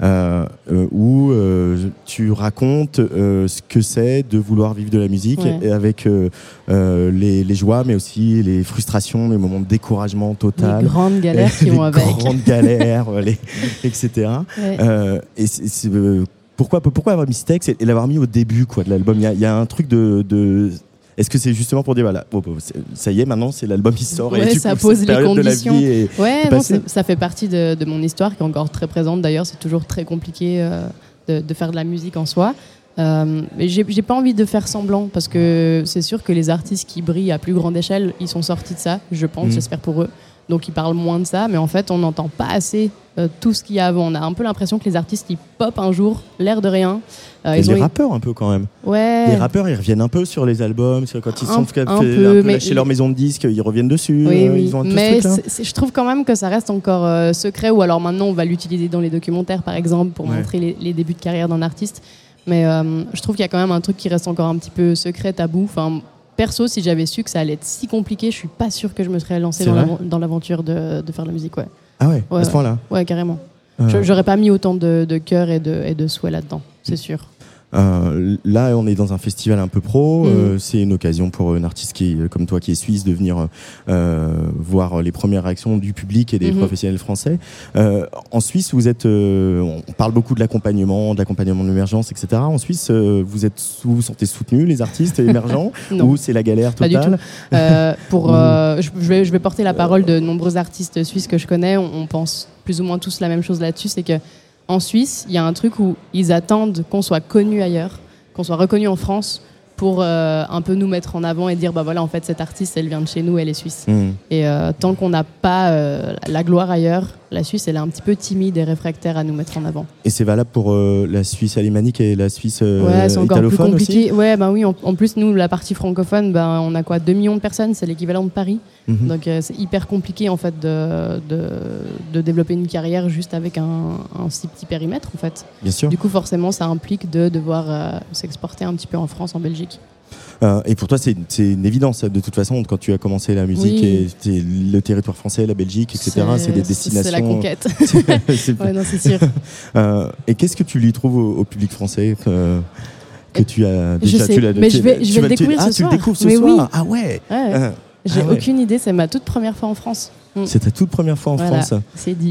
où tu racontes ce que c'est de vouloir vivre de la musique, et avec les joies, mais aussi les frustrations, les moments de découragement total, les grandes galères qui vont avec, grandes galères, etc. Et c'est pourquoi avoir mis ce texte et l'avoir mis au début, quoi, de l'album? Il y a un truc de est-ce que c'est justement pour dire ça y est, maintenant c'est l'album qui sort, et ça pose les conditions. Non, ça fait partie de mon histoire qui est encore très présente. D'ailleurs, c'est toujours très compliqué de faire de la musique en soi. Mais j'ai pas envie de faire semblant, parce que c'est sûr que les artistes qui brillent à plus grande échelle, ils sont sortis de ça, je pense, j'espère pour eux. Donc ils parlent moins de ça, mais en fait on n'entend pas assez tout ce qu'il y a avant. On a un peu l'impression que les artistes ils popent un jour, l'air de rien. Rappeurs un peu quand même. Ouais. Les rappeurs ils reviennent un peu sur les albums, quand ils sont un peu lâchés leur maison de disques, ils reviennent dessus. Oui. Ils ont mais je trouve quand même que ça reste encore secret, ou alors maintenant on va l'utiliser dans les documentaires par exemple pour montrer les débuts de carrière d'un artiste. Mais je trouve qu'il y a quand même un truc qui reste encore un petit peu secret, tabou. Enfin, perso, si j'avais su que ça allait être si compliqué, je suis pas sûre que je me serais lancée dans l'aventure de faire de la musique. Ah ouais, à ce point-là. Ouais, carrément. J'aurais pas mis autant de cœur et de souhait là-dedans, c'est sûr. Là, on est dans un festival un peu pro. C'est une occasion pour un artiste comme toi, qui est suisse, de venir voir les premières réactions du public et des professionnels français. En Suisse, on parle beaucoup de l'accompagnement de l'émergence, etc. En Suisse, vous vous sentez soutenus, les artistes émergents, ou c'est la galère totale? Pas du tout. Je vais porter la parole de nombreux artistes suisses que je connais. On pense plus ou moins tous la même chose là-dessus, c'est que en Suisse, il y a un truc où ils attendent qu'on soit connu ailleurs, qu'on soit reconnu en France, pour un peu nous mettre en avant et dire en fait cette artiste elle vient de chez nous, elle est suisse. Et tant qu'on n'a pas la gloire ailleurs, la Suisse elle est un petit peu timide et réfractaire à nous mettre en avant. Et c'est valable pour la Suisse alémanique et la Suisse c'est encore italophone plus compliqué. aussi. Oui, en plus nous la partie francophone, on a quoi, 2 millions de personnes, c'est l'équivalent de Paris. Donc c'est hyper compliqué en fait de développer une carrière juste avec un si petit périmètre en fait. Bien sûr. Du coup forcément ça implique de devoir s'exporter un petit peu en France, en Belgique. Et pour toi, c'est une évidence de toute façon quand tu as commencé la musique, et le territoire français, la Belgique, etc. C'est des destinations. C'est la conquête. Non, c'est sûr. Et qu'est-ce que tu lui trouves au public français que tu as déjà? Je sais, mais je vais le découvrir ce soir. Tu le découvres ce soir. Oui. Ah ouais. J'ai aucune idée. C'est ma toute première fois en France. C'est ta toute première fois en France. C'est dit.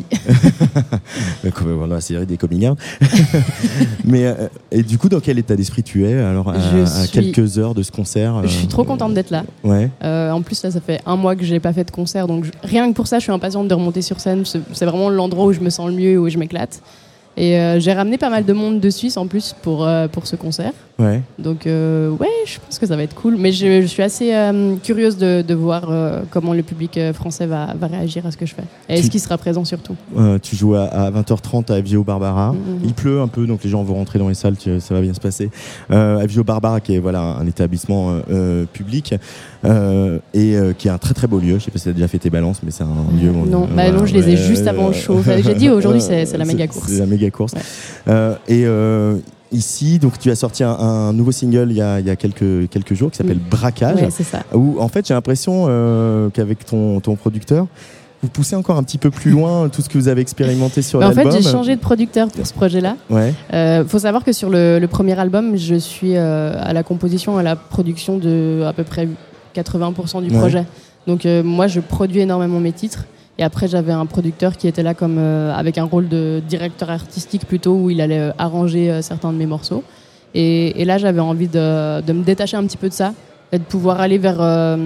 Voilà, c'est des coming out. Mais et du coup, dans quel état d'esprit tu es alors à quelques heures de ce concert? Je suis trop contente d'être là. Ouais. En plus là, ça fait 1 mois que j'ai pas fait de concert, donc rien que pour ça, je suis impatiente de remonter sur scène. C'est vraiment l'endroit où je me sens le mieux, où je m'éclate. Et j'ai ramené pas mal de monde de Suisse en plus pour ce concert. Ouais. Donc ouais, je pense que ça va être cool. Mais je suis assez curieuse de voir comment le public français va réagir à ce que je fais. Et est-ce qu'il sera présent surtout. Tu joues à 20h30 à FGO Barbara. Il pleut un peu, donc les gens vont rentrer dans les salles, ça va bien se passer. FGO Barbara, qui est un établissement public et qui est un très très beau lieu. Je sais pas si tu as déjà fait tes balances, mais c'est un lieu... Non, non, je les ai juste avant le show. J'ai dit aujourd'hui, c'est la méga course. C'est la méga course. Ouais. Ici, donc tu as sorti un nouveau single il y a quelques jours qui s'appelle Braquage. Ouais, c'est ça. Où en fait j'ai l'impression qu'avec ton producteur, vous poussez encore un petit peu plus loin tout ce que vous avez expérimenté sur l'album. En fait, j'ai changé de producteur pour ce projet-là. Ouais. Faut savoir que sur le premier album, je suis à la composition, à la production de à peu près 80% du projet. Donc moi, je produis énormément mes titres. Et après, j'avais un producteur qui était là comme avec un rôle de directeur artistique plutôt, où il allait arranger certains de mes morceaux. Et là, j'avais envie de me détacher un petit peu de ça et de pouvoir aller vers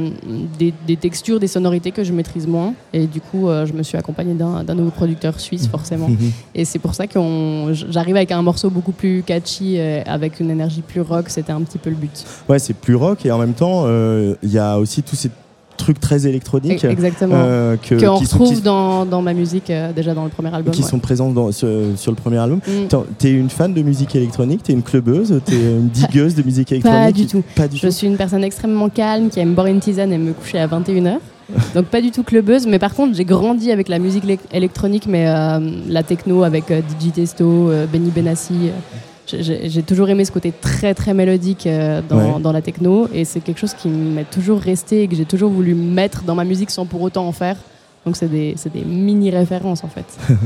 des textures, des sonorités que je maîtrise moins. Et du coup, je me suis accompagnée d'un nouveau producteur suisse, forcément. Et c'est pour ça que j'arrive avec un morceau beaucoup plus catchy, avec une énergie plus rock. C'était un petit peu le but. Ouais, c'est plus rock et en même temps, il y a aussi tous ces trucs très électroniques. Exactement. Qu'on retrouve dans ma musique déjà dans le premier album. Qui sont présents sur le premier album. T'es une fan de musique électronique? T'es une clubbeuse? T'es une digueuse de musique électronique? Pas du tout. Je suis une personne extrêmement calme qui aime boire une tisane et me coucher à 21h. Donc pas du tout clubbeuse, mais par contre j'ai grandi avec la musique électronique, mais la techno avec DJ Testo, Benny Benassi. J'ai toujours aimé ce côté très très mélodique dans la techno, et c'est quelque chose qui m'est toujours resté et que j'ai toujours voulu mettre dans ma musique sans pour autant en faire. Donc c'est des mini références en fait.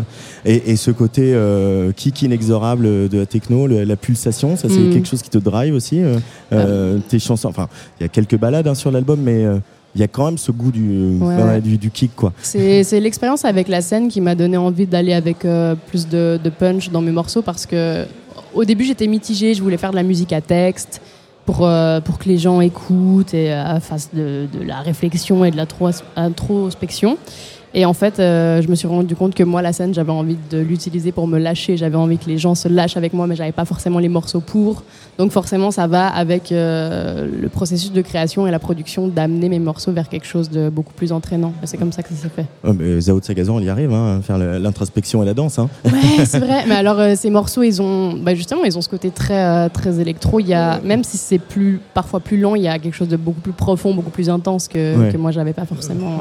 et ce côté kick inexorable de la techno, la pulsation, ça c'est quelque chose qui te drive aussi. Tes chansons, enfin il y a quelques ballades sur l'album, mais il y a quand même ce goût du kick, quoi. C'est l'expérience avec la scène qui m'a donné envie d'aller avec plus de punch dans mes morceaux, parce que au début, j'étais mitigée. Je voulais faire de la musique à texte pour que les gens écoutent et fassent de la réflexion et de l'introspection. Et en fait, je me suis rendu compte que moi, la scène, j'avais envie de l'utiliser pour me lâcher. J'avais envie que les gens se lâchent avec moi, mais j'avais pas forcément les morceaux pour. Donc forcément, ça va avec le processus de création et la production, d'amener mes morceaux vers quelque chose de beaucoup plus entraînant. C'est comme ça que ça s'est fait. Mais Zao de Sagazan, il y arrive, à faire l'introspection et la danse. Ouais, c'est vrai. Mais alors, ces morceaux, ils ont ce côté très, très électro. Même si c'est parfois plus lent, il y a quelque chose de beaucoup plus profond, beaucoup plus intense que moi, j'avais pas forcément.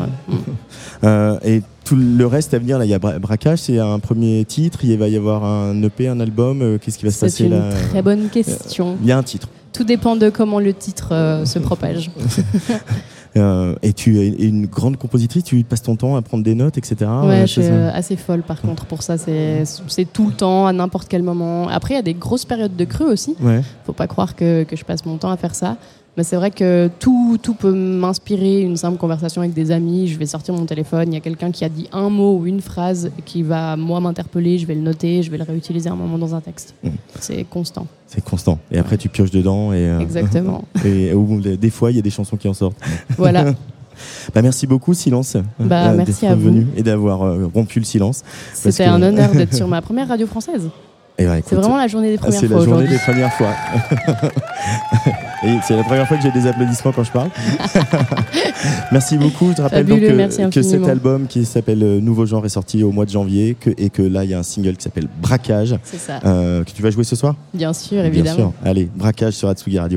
Et tout le reste à venir, là, il y a Braquage, c'est un premier titre, il va y avoir un EP, un album, qu'est-ce qui va se passer là? C'est une très bonne question. Il y a un titre. Tout dépend de comment le titre se propage. Et tu es une grande compositrice, tu passes ton temps à prendre des notes, etc. Ouais, je suis assez folle par contre pour ça. C'est tout le temps, à n'importe quel moment. Après, il y a des grosses périodes de creux aussi. Faut pas croire que je passe mon temps à faire ça. Mais c'est vrai que tout peut m'inspirer. Une simple conversation avec des amis, je vais sortir mon téléphone, il y a quelqu'un qui a dit un mot ou une phrase qui va, moi, m'interpeller, je vais le noter, je vais le réutiliser à un moment dans un texte. C'est constant. C'est constant. Et après, tu pioches dedans. Exactement. Et des fois, il y a des chansons qui en sortent. Voilà. Merci beaucoup, Silence, merci à vous et d'avoir rompu le silence. C'était un honneur d'être sur ma première radio française. Écoute, c'est vraiment la journée des premières fois. C'est la journée des premières fois. Et c'est la première fois que j'ai des applaudissements quand je parle. Merci beaucoup. Je te rappelle donc que cet album qui s'appelle Nouveau Genre est sorti au mois de janvier et que là il y a un single qui s'appelle Braquage. C'est ça. Que tu vas jouer ce soir ? Bien sûr, évidemment. Bien sûr. Allez, Braquage sur Atsugi Radio.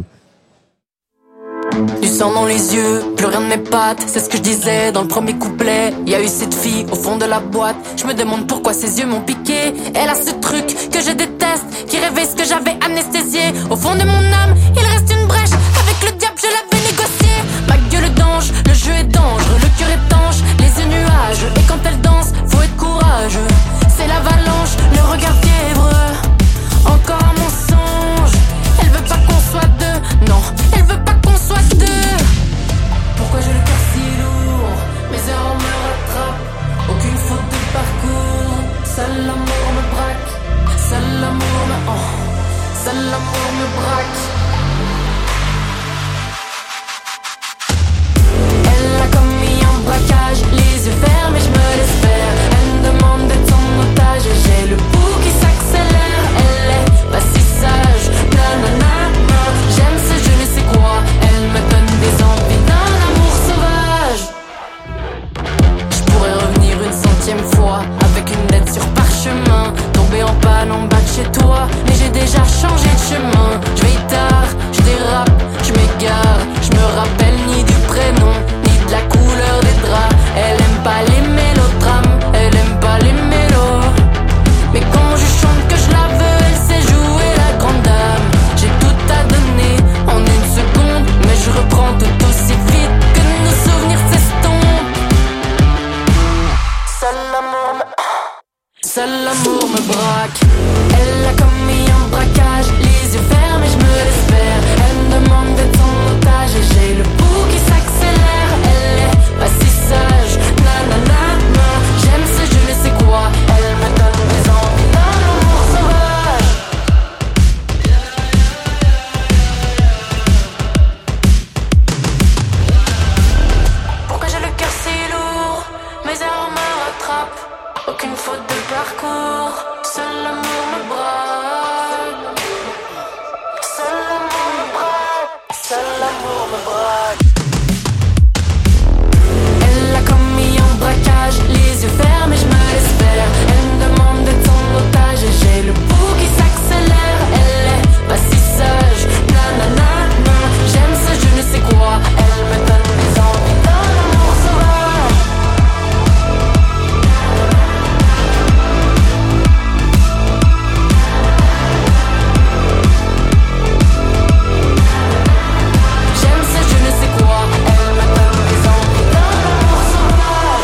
Du sang dans les yeux, plus rien ne m'épate. C'est ce que je disais dans le premier couplet. Y a eu cette fille au fond de la boîte. Je me demande pourquoi ses yeux m'ont piqué. Elle a ce truc que je déteste, qui réveille ce que j'avais anesthésié. Au fond de mon âme, il reste une brèche. Avec le diable, je l'avais négocié. Ma gueule d'ange, le jeu est dangereux, le cœur étanche, les yeux nuages. Et quand elle danse, faut être courageux. C'est l'avalanche, le regard fiévreux. Encore un mensonge. Elle veut pas qu'on soit deux. Non, elle veut pas qu'on soit deux. Pourquoi j'ai le cœur si lourd? Mes erreurs me rattrapent. Aucune faute de parcours. Seul l'amour me braque. Elle a commis un braquage, les yeux fermés, je me laisse faire. Elle me demande d'être son otage et j'ai le pouls qui s'accélère. Elle est pas si sage, nanana. J'aime ce je ne sais quoi. Elle me donne des envies d'un amour sauvage. Pourquoi j'ai le cœur si lourd? Mes erreurs me rattrapent. Aucune faute de parcours. Seul l'amour me braque. Seul l'amour me braque. Seul l'amour me braque. Elle a commis un braquage, les yeux fermés, je me laisse faire. Elle me demande d'être son otage et j'ai le pouls qui s'accélère. Elle est pas si sage, nanana. J'aime ce je ne sais quoi. Elle me donne des envies d'un amour sauvage. J'aime ce je ne sais quoi. Elle me donne des envies d'un amour sauvage.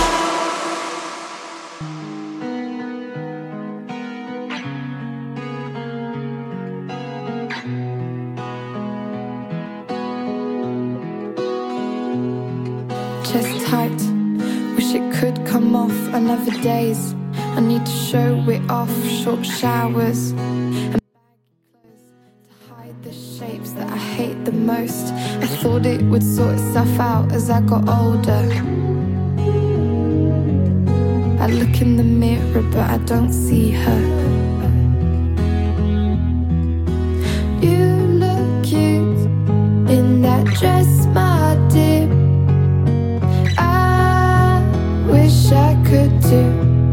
Chest tight, wish it could come off another days. I need to show it off, short showers and baggy clothes to hide the shapes that I hate the most. I thought it would sort itself out as I got older. I look in the mirror but I don't see her. You look cute in that dress, my dear. Wish I could do.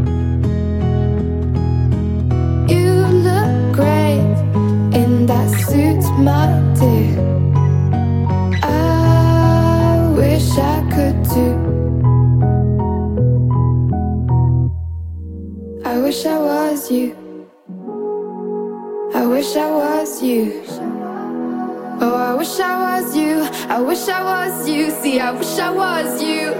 You look great in that suit, my dear. I wish I could do. I wish I was you. I wish I was you. Oh, I wish I was you. I wish I was you. See, I wish I was you.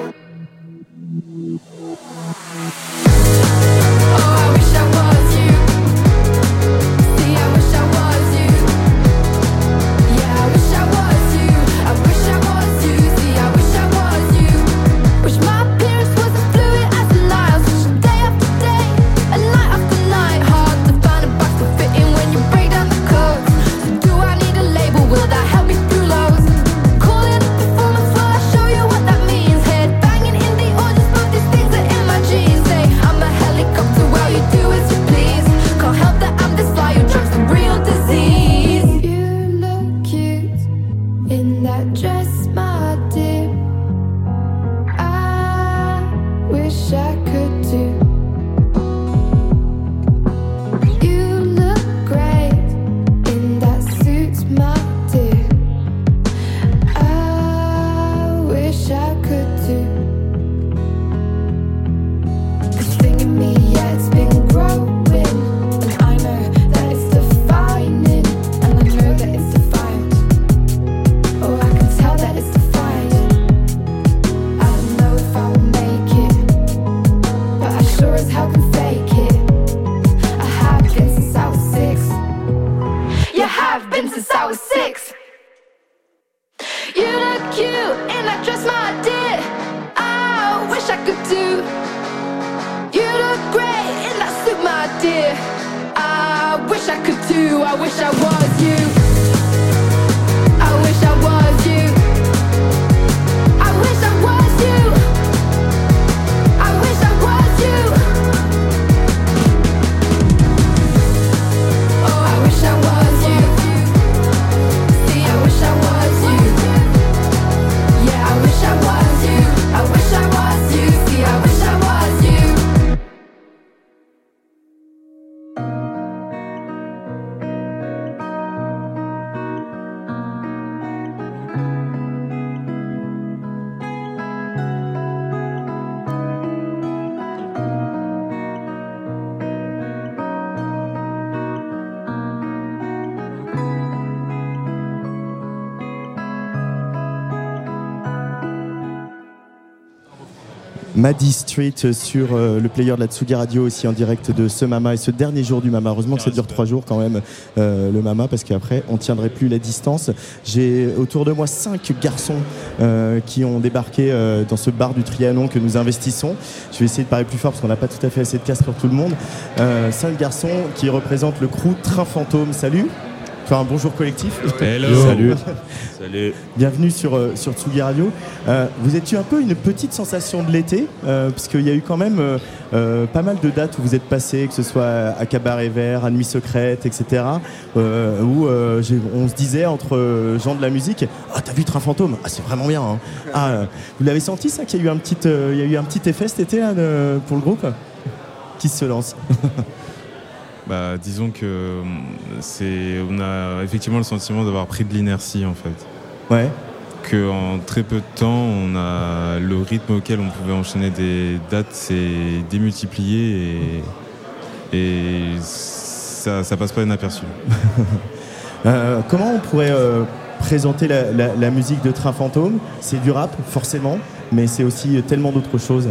Maddy Street sur le player de la Tsugi Radio, aussi en direct de ce Mama et ce dernier jour du Mama. Heureusement que ça dure 3 jours quand même, le Mama, parce qu'après on tiendrait plus la distance. J'ai autour de moi 5 garçons qui ont débarqué dans ce bar du Trianon que nous investissons. Je vais essayer de parler plus fort parce qu'on n'a pas tout à fait assez de casse pour tout le monde. 5 garçons qui représentent le crew Train Fantôme. Salut. Enfin, bonjour collectif. Hello. Salut. Salut. Bienvenue sur Tsugi Radio. Vous êtes-tu un peu une petite sensation de l'été parce qu'il y a eu quand même pas mal de dates où vous êtes passés, que ce soit à Cabaret Vert, à Nuit Secrète, etc. Où on se disait entre gens de la musique, ah t'as vu Train Fantôme, ah c'est vraiment bien. Hein. Vous l'avez senti ça qu'il y a eu un petit effet cet été là, pour le groupe qui se lance. Bah, disons que on a effectivement le sentiment d'avoir pris de l'inertie en fait. Ouais. Qu'en très peu de temps, le rythme auquel on pouvait enchaîner des dates s'est démultiplié et ça passe pas inaperçu. Comment on pourrait présenter la musique de Train Fantôme? C'est du rap forcément, mais c'est aussi tellement d'autres choses.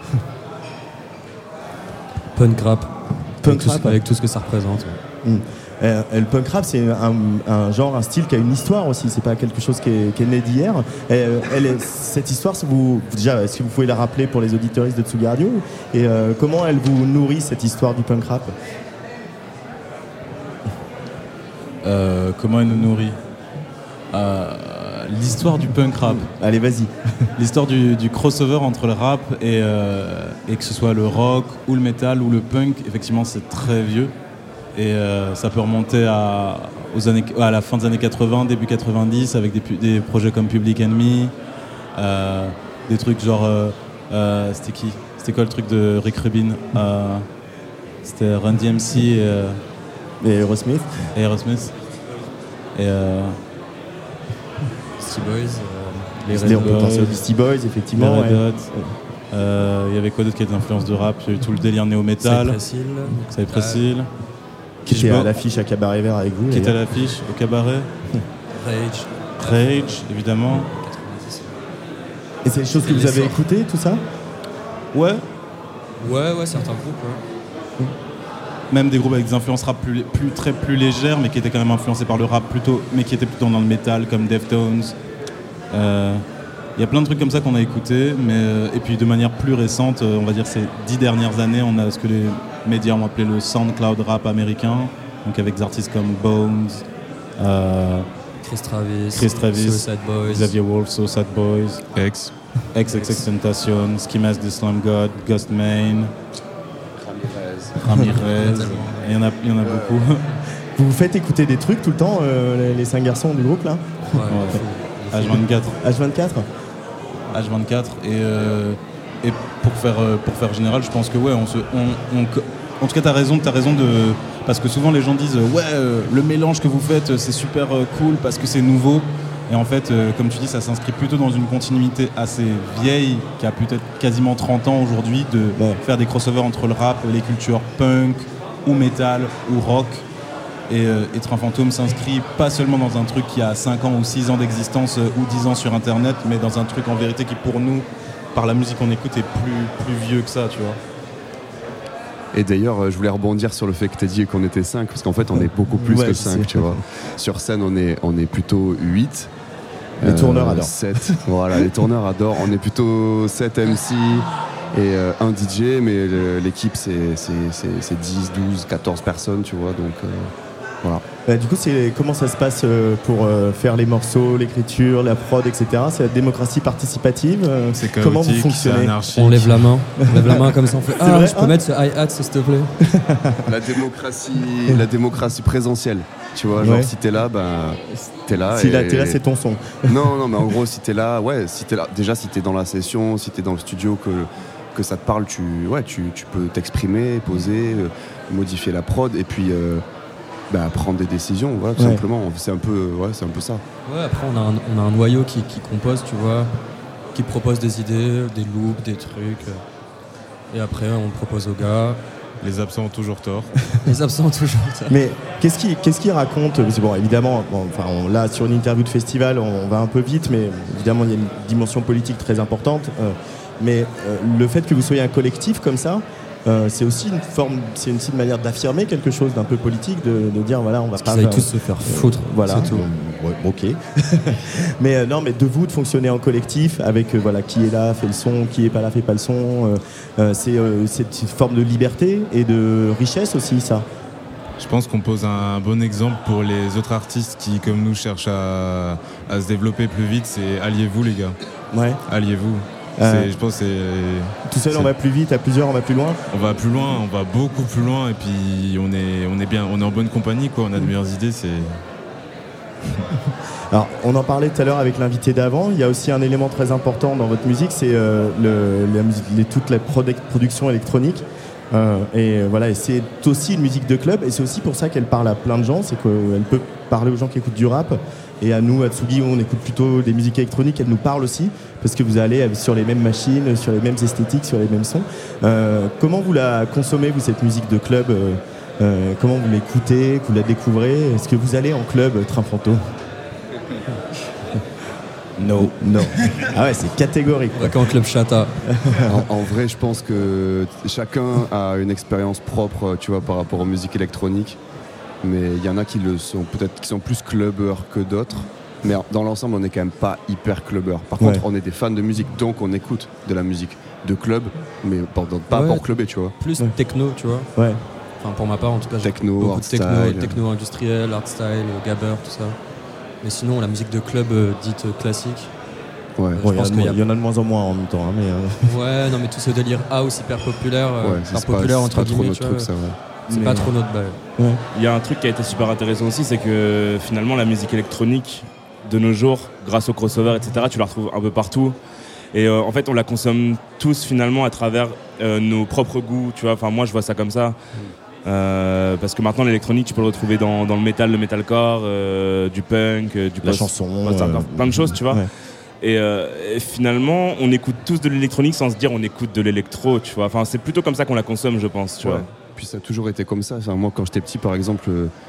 Punk rap. Avec tout ce que ça représente. Le punk rap, c'est un genre, un style qui a une histoire aussi. C'est pas quelque chose qui est né d'hier. Cette histoire, déjà, est-ce que vous pouvez la rappeler pour les auditeuristes de Tsugi Radio? Et comment elle vous nourrit, cette histoire du punk rap? Comment elle nous nourrit? L'histoire du punk rap. Allez, vas-y. L'histoire du crossover entre le rap et que ce soit le rock ou le metal ou le punk, effectivement, c'est très vieux. Et ça peut remonter à la fin des années 80, début 90, avec des projets comme Public Enemy, des trucs genre... c'était qui? C'était quoi le truc de Rick Rubin? C'était Run DMC et Aerosmith. Et On peut penser aux Beastie Boys, effectivement. Il y avait quoi d'autre qui était d'influence de rap? Il y a eu tout le délire néo-metal. Cypress Hill. Qui était à l'affiche à Cabaret Vert avec vous. Qui était à l'affiche au Cabaret. Rage, évidemment. Et c'est des choses que vous avez écoutées, tout ça? Ouais, certains groupes. Même des groupes avec des influences rap plus légères, mais qui étaient quand même influencés par le rap mais qui étaient plutôt dans le métal, comme Deftones. Il y a plein de trucs comme ça qu'on a écoutés, et puis de manière plus récente, on va dire ces 10 dernières années, on a ce que les médias ont appelé le SoundCloud rap américain, donc avec des artistes comme Bones, Chris Travis, Suicide Boys, Xavier Wolf, Suicide Boys, XXXTentacion, Ski Mask the Slum God, Ghost Main, Ramirez. Il y en a beaucoup. Vous faites écouter des trucs tout le temps, les 5 garçons du groupe là? Ouais. H24. H24 et pour faire général, je pense que ouais, en tout cas t'as raison parce que souvent les gens disent le mélange que vous faites c'est super cool parce que c'est nouveau. Et en fait, comme tu dis, ça s'inscrit plutôt dans une continuité assez vieille, qui a peut-être quasiment 30 ans aujourd'hui, de faire des crossovers entre le rap, les cultures punk, ou metal, ou rock. Et Train Fantôme s'inscrit pas seulement dans un truc qui a 5 ans ou 6 ans d'existence, ou 10 ans sur Internet, mais dans un truc en vérité qui, pour nous, par la musique qu'on écoute, est plus vieux que ça, tu vois. Et d'ailleurs, je voulais rebondir sur le fait que tu as dit qu'on était 5, parce qu'en fait, on est beaucoup plus que 5, tu vois. Sur scène, on est plutôt 8. Les tourneurs adorent. 7, voilà, les tourneurs adorent. On est plutôt 7 MC et un DJ, mais l'équipe, c'est 10, 12, 14 personnes, tu vois, donc voilà. Du coup, comment ça se passe pour faire les morceaux, l'écriture, la prod, etc. C'est la démocratie participative. C'est chaotique, comment vous fonctionnez? On lève la main comme ça, on fait je peux mettre ce hi-hat s'il te plaît. La démocratie présentielle, tu vois, genre si t'es là, t'es là. Si t'es là, c'est ton son. Non, mais en gros, si t'es là, déjà si t'es dans la session, si t'es dans le studio, que ça te parle, tu peux t'exprimer, poser, modifier la prod, et puis prendre des décisions, voilà, tout simplement. C'est un peu ça. Ouais, après on a un noyau qui compose, tu vois, qui propose des idées, des loops, des trucs, et après on propose aux gars. Les absents ont toujours tort. Mais qu'est-ce qu'il raconte? Bon, évidemment, là sur une interview de festival, on va un peu vite, mais évidemment il y a une dimension politique très importante. Mais le fait que vous soyez un collectif comme ça, c'est aussi une manière d'affirmer quelque chose d'un peu politique, de dire voilà, on va pas. Ils aillent tous se faire foutre. Voilà. C'est tout. Ok. mais non, mais de vous de fonctionner en collectif avec voilà qui est là fait le son, qui est pas là fait pas le son. C'est une forme de liberté et de richesse aussi, ça. Je pense qu'on pose un bon exemple pour les autres artistes qui, comme nous, cherchent à se développer plus vite. C'est alliez-vous, les gars. Ouais. Alliez-vous. Je pense que tout seul, on va plus vite, à plusieurs, on va plus loin. On va plus loin, on va beaucoup plus loin, et puis on est bien, on est en bonne compagnie, quoi. On a de meilleures idées. Alors, on en parlait tout à l'heure avec l'invité d'avant. Il y a aussi un élément très important dans votre musique, c'est toute la production électronique. Et c'est aussi une musique de club, et c'est aussi pour ça qu'elle parle à plein de gens. C'est qu'elle peut parler aux gens qui écoutent du rap, et à nous, à Tsugi, on écoute plutôt des musiques électroniques. Elle nous parle aussi parce que vous allez sur les mêmes machines, sur les mêmes esthétiques, sur les mêmes sons. Comment vous la consommez, vous, cette musique de club? Comment vous l'écoutez, que vous la découvrez? Est-ce que vous allez en club, Train Fantôme? Non. Ah ouais, c'est catégorique. En club chata. En vrai, je pense que chacun a une expérience propre, tu vois, par rapport aux musiques électroniques. Mais il y en a qui le sont, peut-être qui sont plus clubbers que d'autres. Mais dans l'ensemble, on n'est quand même pas hyper clubbers. Par contre, on est des fans de musique, donc on écoute de la musique de club, mais pas pour clubber, tu vois. Plus techno, tu vois. Ouais. Enfin, pour ma part, en tout cas, techno, beaucoup de techno industriel, hardstyle, gabber, tout ça. Mais sinon, la musique de club dite classique. Ouais. Il y en a de moins en moins en même temps. Ouais, non, mais tout ce délire house hyper populaire, entre guillemets, tu vois. C'est pas trop notre bail. Ouais. Il y a un truc qui a été super intéressant aussi, c'est que finalement la musique électronique de nos jours, grâce au crossover, etc., tu la retrouves un peu partout. Et en fait, on la consomme tous finalement à travers nos propres goûts. Tu vois, enfin moi je vois ça comme ça. Parce que maintenant l'électronique, tu peux le retrouver dans le métal, le metalcore, du punk, la chanson, plein de choses, tu vois. Ouais. Et finalement, on écoute tous de l'électronique sans se dire on écoute de l'électro, tu vois. Enfin, c'est plutôt comme ça qu'on la consomme, je pense, tu vois. Puis ça a toujours été comme ça. Enfin, moi, quand j'étais petit, par exemple,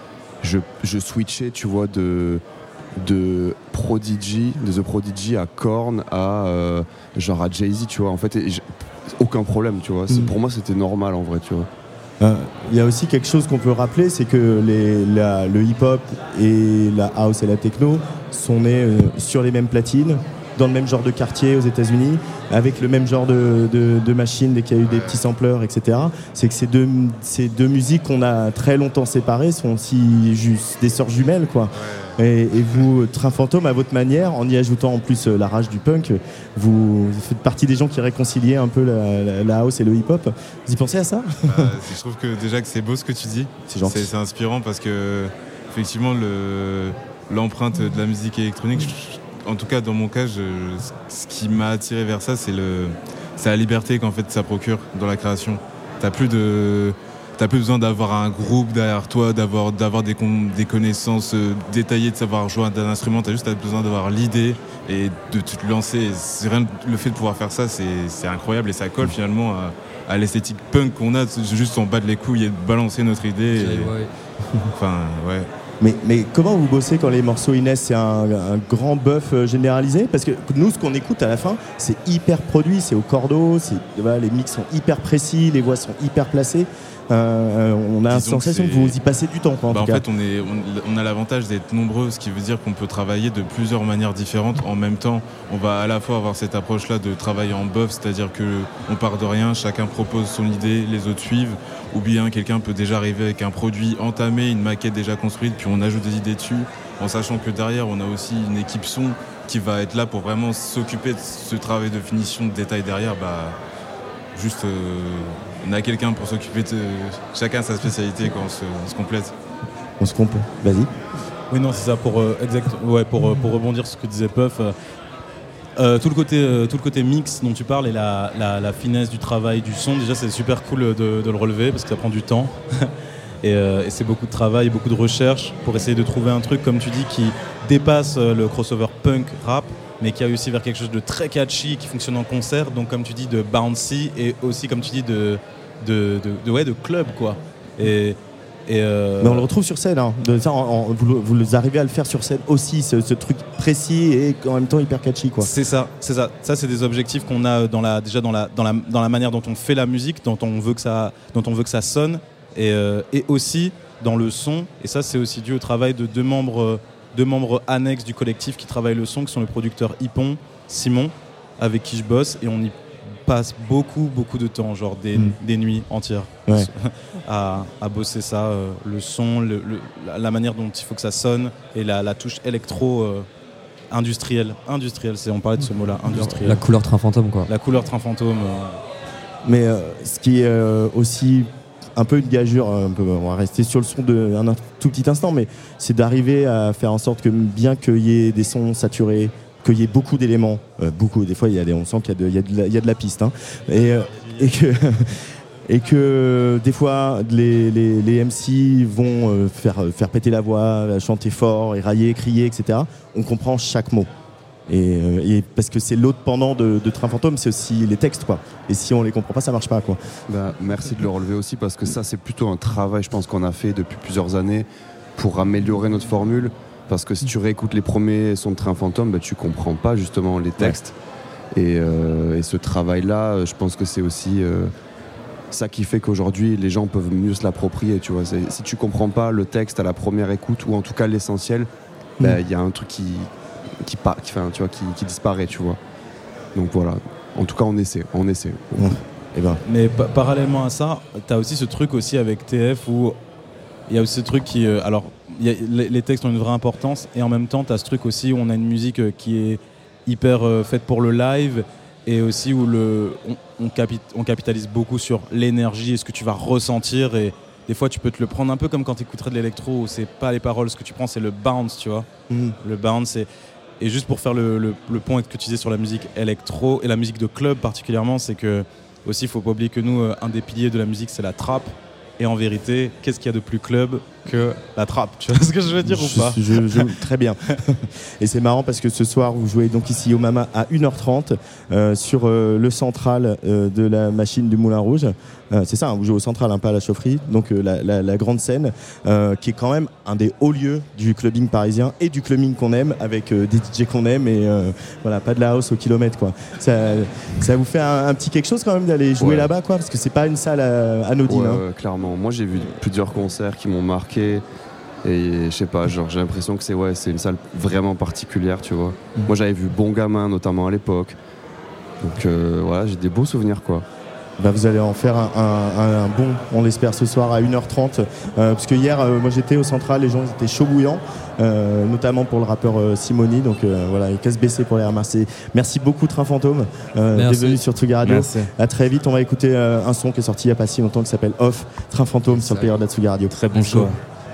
je switchais, tu vois, de The Prodigy à Korn à genre à Jay-Z, tu vois. En fait, aucun problème, tu vois. Pour moi, c'était normal, en vrai, tu vois. Il y a aussi quelque chose qu'on peut rappeler, c'est que le hip-hop et la house et la techno sont nés sur les mêmes platines, dans le même genre de quartier aux États-Unis, avec le même genre de machines, dès qu'il y a eu des petits sampleurs, etc. C'est que ces deux musiques qu'on a très longtemps séparées sont aussi juste des sœurs jumelles, quoi. Et vous, Train Fantôme, à votre manière, en y ajoutant en plus la rage du punk, vous faites partie des gens qui réconciliaient un peu la house et le hip-hop. Vous y pensez à ça? Je trouve que déjà que c'est beau ce que tu dis. C'est gentil. C'est inspirant parce que effectivement l'empreinte de la musique électronique, en tout cas dans mon cas, ce qui m'a attiré vers ça, c'est la liberté qu'en fait ça procure dans la création. T'as plus besoin d'avoir un groupe derrière toi, d'avoir des connaissances détaillées, de savoir jouer d'un instrument. T'as besoin d'avoir l'idée et de te lancer. C'est rien, le fait de pouvoir faire ça, c'est incroyable et ça colle finalement à l'esthétique punk qu'on a. C'est juste on bat les couilles et de balancer notre idée. Enfin, ouais. Mais comment vous bossez quand les morceaux naissent? C'est un grand bœuf généralisé? Parce que nous, ce qu'on écoute à la fin, c'est hyper produit, c'est au cordeau, les mix sont hyper précis, les voix sont hyper placées. On a la sensation que vous y passez du temps, quoi, en fait, on a l'avantage d'être nombreux, ce qui veut dire qu'on peut travailler de plusieurs manières différentes en même temps. On va à la fois avoir cette approche-là de travailler en buff, c'est-à-dire qu'on part de rien, chacun propose son idée, les autres suivent, ou bien quelqu'un peut déjà arriver avec un produit entamé, une maquette déjà construite, puis on ajoute des idées dessus, en sachant que derrière, on a aussi une équipe son qui va être là pour vraiment s'occuper de ce travail de finition, de détail derrière. On a quelqu'un pour s'occuper de chacun sa spécialité quand on se complète. On se complète. Vas-y. Oui, non, c'est ça. Pour rebondir sur ce que disait Puff, tout le côté mix dont tu parles et la finesse du travail du son, déjà c'est super cool de le relever parce que ça prend du temps. Et c'est beaucoup de travail, beaucoup de recherche pour essayer de trouver un truc, comme tu dis, qui dépasse le crossover punk rap, mais qui a aussi vers quelque chose de très catchy, qui fonctionne en concert, donc comme tu dis de bouncy et aussi comme tu dis de club, quoi. Et Et Mais on le retrouve sur scène, hein. Vous arrivez à le faire sur scène aussi, ce truc précis et en même temps hyper catchy, quoi. C'est ça. Ça, c'est des objectifs qu'on a dans la manière dont on fait la musique, dont on veut que ça sonne, et aussi dans le son. Et ça, c'est aussi dû au travail de deux membres annexes du collectif qui travaillent le son, qui sont le producteur Hippon, Simon, avec qui je bosse, et on y passe beaucoup de temps, genre des nuits entières, à bosser ça, le son, la manière dont il faut que ça sonne, et la touche électro industrielle, on parlait de ce mot-là, industriel. La couleur train fantôme, quoi. La couleur train fantôme. Mais ce qui est aussi un peu une gageure, on va rester sur le son un tout petit instant, mais c'est d'arriver à faire en sorte que, bien qu'il y ait des sons saturés, qu'il y ait beaucoup d'éléments, des fois on sent qu'il y a de la piste, hein, et que des fois les MC vont faire péter la voix, chanter fort, érailler, crier, etc. On comprend chaque mot. Et parce que c'est l'autre pendant de Train Fantôme, c'est aussi les textes, quoi. Et si on les comprend pas, ça marche pas, quoi. Merci de le relever aussi, parce que ça, c'est plutôt un travail, je pense, qu'on a fait depuis plusieurs années pour améliorer notre formule. Parce que si tu réécoutes les premiers sons de Train Fantôme, tu comprends pas justement les textes. Et ce travail-là, je pense que c'est aussi ça qui fait qu'aujourd'hui les gens peuvent mieux se l'approprier. Tu vois, si tu comprends pas le texte à la première écoute, ou en tout cas l'essentiel, y a un truc qui disparaît, tu vois. Donc voilà. En tout cas, on essaie. Mais parallèlement à ça, t'as aussi ce truc aussi avec TF où il y a aussi ce truc qui, les textes ont une vraie importance, et en même temps t'as ce truc aussi où on a une musique qui est hyper faite pour le live, et aussi où on capitalise beaucoup sur l'énergie et ce que tu vas ressentir, et des fois tu peux te le prendre un peu comme quand tu écouterais de l'électro où c'est pas les paroles, ce que tu prends c'est le bounce, tu vois. Le bounce, et juste pour faire le point que tu disais sur la musique électro et la musique de club particulièrement, c'est que aussi il faut pas oublier que nous, un des piliers de la musique c'est la trap. Et en vérité, qu'est-ce qu'il y a de plus club que la trappe? Tu vois ce que je veux dire ou pas? Très bien. Et c'est marrant parce que ce soir, vous jouez donc ici au Mama à 1h30 sur le central de la machine du Moulin Rouge. C'est ça, hein, vous jouez au central, hein, pas à la chaufferie. Donc la grande scène, qui est quand même un des hauts lieux du clubbing parisien et du clubbing qu'on aime, avec des DJ qu'on aime, et voilà, pas de la house au kilomètre, quoi. Ça vous fait un petit quelque chose quand même d'aller jouer là-bas, quoi, parce que c'est pas une salle anodine. Ouais, clairement. Moi, j'ai vu plusieurs concerts qui m'ont marqué, et je sais pas, genre j'ai l'impression que c'est une salle vraiment particulière, tu vois. Moi, j'avais vu Bon Gamin notamment à l'époque, donc voilà, j'ai des beaux souvenirs, quoi. Vous allez en faire un bon, on l'espère, ce soir à 1h30, parce que hier, moi j'étais au central, les gens étaient chauds bouillants, notamment pour le rappeur Simoni, donc voilà, il casse baisser pour les ramasser. Merci beaucoup Train Fantôme d'être venu sur Tsugi Radio. Merci. À très vite, on va écouter un son qui est sorti il n'y a pas si longtemps qui s'appelle Off, Train Fantôme sur le player de la Tsugi Radio. Très bon choix.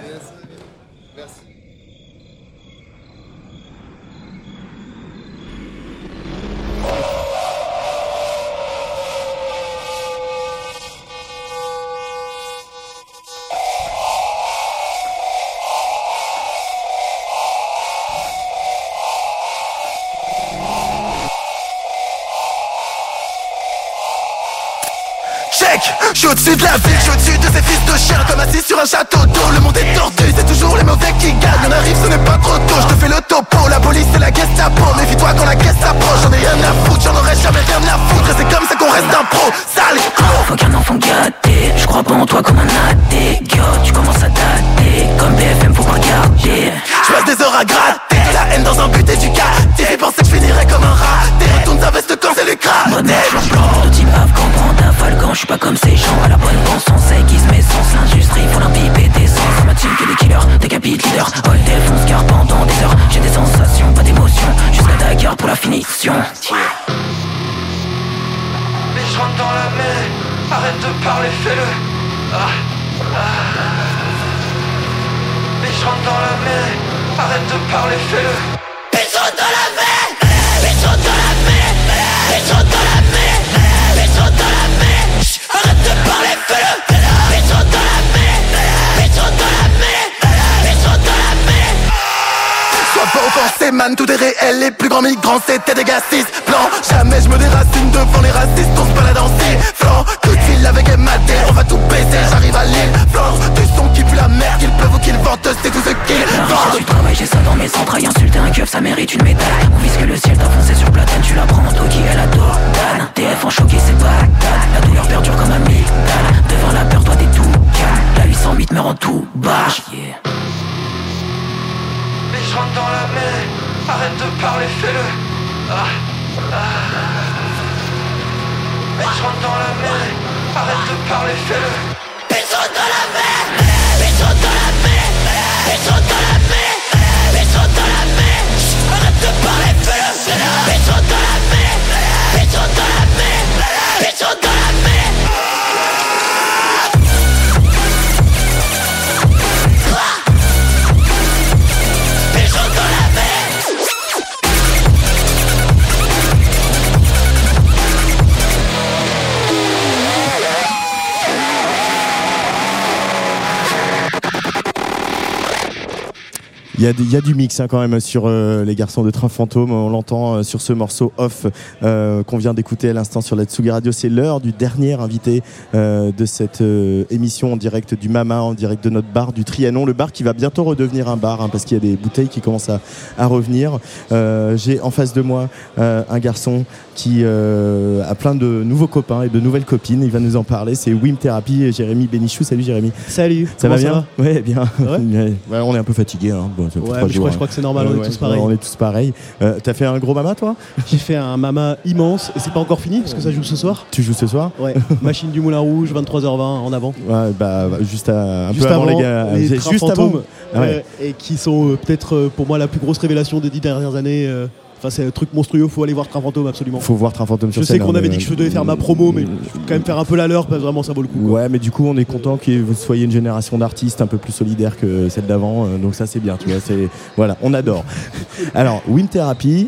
Je suis au-dessus de la ville, je suis au-dessus de ces fils de chiens, comme assis sur un château d'eau. Le monde est tordu, c'est toujours les mauvais qui gagnent. On arrive, ce n'est pas trop tôt, je te fais le topo. La police et la Gestapo, méfie-toi quand la caisse s'approche. J'en ai rien à foutre, j'en aurais jamais rien à foutre. Et c'est comme ça qu'on reste un pro, sale. Faut qu'un enfant gâté, je crois pas en toi comme un athée. Yo, tu commences à dater, comme BFM faut pas regarder. Je passe des heures à gratter, de la haine dans un but éducatif. Et penser que je finirais comme un rat. Retourne ta veste quand c'est lucratif. Modèle blanc, prototype afghan, brandin, falgan. Je suis pas comme ces gens à la bonne pense, on s'aiguise mes sens. L'industrie faut l'imbiber d'essence. Ma team que des killers, décapite leader. All défonce car pendant des heures j'ai des sensations, pas d'émotions. Jusqu'à ta garde pour la finition. Mais je rentre dans la mêlée, arrête de parler, fais-le. Mais je rentre dans la mêlée, arrête de parler, fais-le. Mais je rentre dans la mêlée, mais je rentre dans la mêlée, mais je rentre dans la mêlée, mais je rentre dans la mêlée. Arrête de parler, fais-le. Mais je rentre dans la mêlée, mais je rentre dans la mêlée, mais je rentre dans la mêlée. Sois offensé, man, tout est réel. Les plus grands migrants, c'était des gars cis blancs. Jamais je me déracine devant les racistes. On se balade en sifflant. Coup de fil avec MAD, on va tout baiser, j'arrive à Lille. Flanche du son qui pue la merde, qu'il pleuve ou qu'il vente, c'est tout ce qu'il vend. Du travail, j'ai ça dans mes entrailles. Insulter un keuf, ça mérite une médaille. On vise que le ciel t'a foncé sur platane. Tu la prends en doggy, elle adore Dan. TF en choqué, c'est Bagdad. La douleur perdure comme un amygdale. Devant la peur, toi t'es tout calme. La 808 me rend tout barge. Yeah. Mais je rentre dans la mêlée. Arrête de parler, fais-le. Mais je rentre dans la mêlée. Arrête de parler, fais-le. Mais je rentre dans la mêlée. Mais je rentre dans la mêlée. Mais je rentre dans la mêlée. Mais je rentre dans la mêlée. Arrête de parler, fais-le. Mais je rentre dans la mêlée. Mais je rentre dans la mêlée. Mais je rentre dans la mêlée. Il y a du mix hein, quand même sur les garçons de Train Fantôme. On l'entend sur ce morceau off qu'on vient d'écouter à l'instant sur la Tsugi Radio. C'est l'heure du dernier invité de cette émission en direct du Mama, en direct de notre bar du Trianon. Le bar qui va bientôt redevenir un bar hein, parce qu'il y a des bouteilles qui commencent à revenir. J'ai en face de moi un garçon qui a plein de nouveaux copains et de nouvelles copines. Il va nous en parler. C'est Wim Therapy et Jérémy Bénichou. Salut Jérémy. Salut. Ça va bien? Ouais, bien. Ouais, on est un peu fatigué. Hein. Bon, ouais, je crois que c'est normal, on est tous pareils. On est tous pareils. T'as fait un gros Mama toi? J'ai fait un Mama immense et c'est pas encore fini parce que ça joue ce soir. Tu joues ce soir? Ouais. Machine du Moulin Rouge, 23h20 en avant. Ouais, bah juste un peu avant les gars. Les Trains Fantômes, ouais. Et qui sont peut-être pour moi la plus grosse révélation des 10 dernières années. Enfin, c'est un truc monstrueux, faut aller voir Train Fantôme absolument. Faut voir Train Fantôme sur scène. Je sais qu'on avait dit que je devais faire ma promo, mais je vais quand même faire un peu la leur parce que vraiment ça vaut le coup. Ouais, mais du coup, on est content que vous soyez une génération d'artistes un peu plus solidaire que celle d'avant, donc ça c'est bien, tu vois. Voilà, on adore. Alors, Wim Therapy,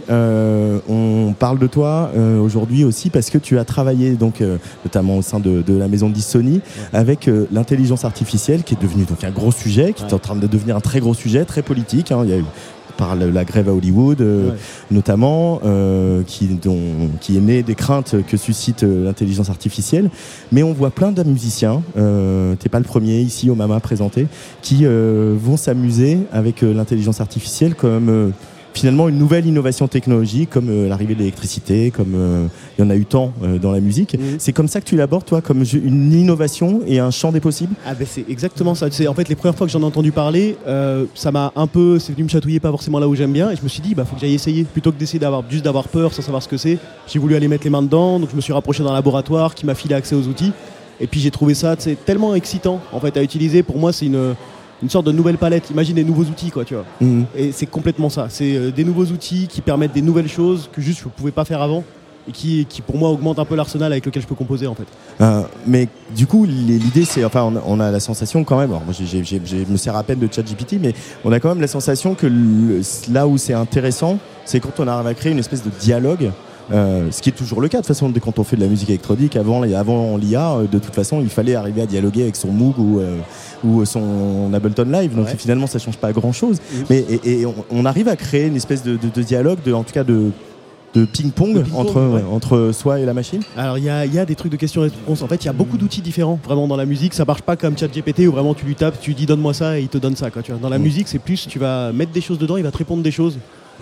on parle de toi aujourd'hui aussi parce que tu as travaillé donc notamment au sein de la maison de Sony avec l'intelligence artificielle qui est devenue donc un gros sujet, qui est en train de devenir un très gros sujet, très politique. Hein. Il y a eu par la grève à Hollywood, notamment, qui est née des craintes que suscite l'intelligence artificielle. Mais on voit plein de musiciens, t'es pas le premier ici au Mama présenté, qui vont s'amuser avec l'intelligence artificielle comme finalement une nouvelle innovation technologique, comme l'arrivée de l'électricité, comme il y en a eu tant dans la musique. C'est comme ça que tu l'abordes, toi, comme une innovation et un champ des possibles? Ah ben c'est exactement ça. En fait, les premières fois que j'en ai entendu parler, ça m'a c'est venu me chatouiller pas forcément là où j'aime bien, et je me suis dit, faut que j'aille essayer. Plutôt que d'essayer juste d'avoir peur sans savoir ce que c'est, j'ai voulu aller mettre les mains dedans, donc je me suis rapproché d'un laboratoire qui m'a filé accès aux outils, et puis j'ai trouvé ça tellement excitant en fait à utiliser. Pour moi, c'est une sorte de nouvelle palette, imagine des nouveaux outils quoi, tu vois. Et c'est complètement ça, c'est des nouveaux outils qui permettent des nouvelles choses que juste je ne pouvais pas faire avant et qui pour moi augmentent un peu l'arsenal avec lequel je peux composer en fait. Mais du coup l'idée c'est, enfin on a la sensation quand même, alors moi je me sers à peine de ChatGPT, mais on a quand même la sensation que là où c'est intéressant, c'est quand on arrive à créer une espèce de dialogue. Ce qui est toujours le cas de toute façon quand on fait de la musique électronique avant l'IA, de toute façon il fallait arriver à dialoguer avec son Moog ou son Ableton Live, donc finalement ça change pas grand chose, mais on arrive à créer une espèce de dialogue, en tout cas de ping-pong entre soi et la machine. Alors il y a des trucs de questions-réponses. En fait il y a beaucoup d'outils différents vraiment dans la musique. Ça marche pas comme ChatGPT où vraiment tu lui tapes, tu lui dis donne-moi ça et il te donne ça quoi, tu vois. Dans la musique c'est plus tu vas mettre des choses dedans, il va te répondre des choses.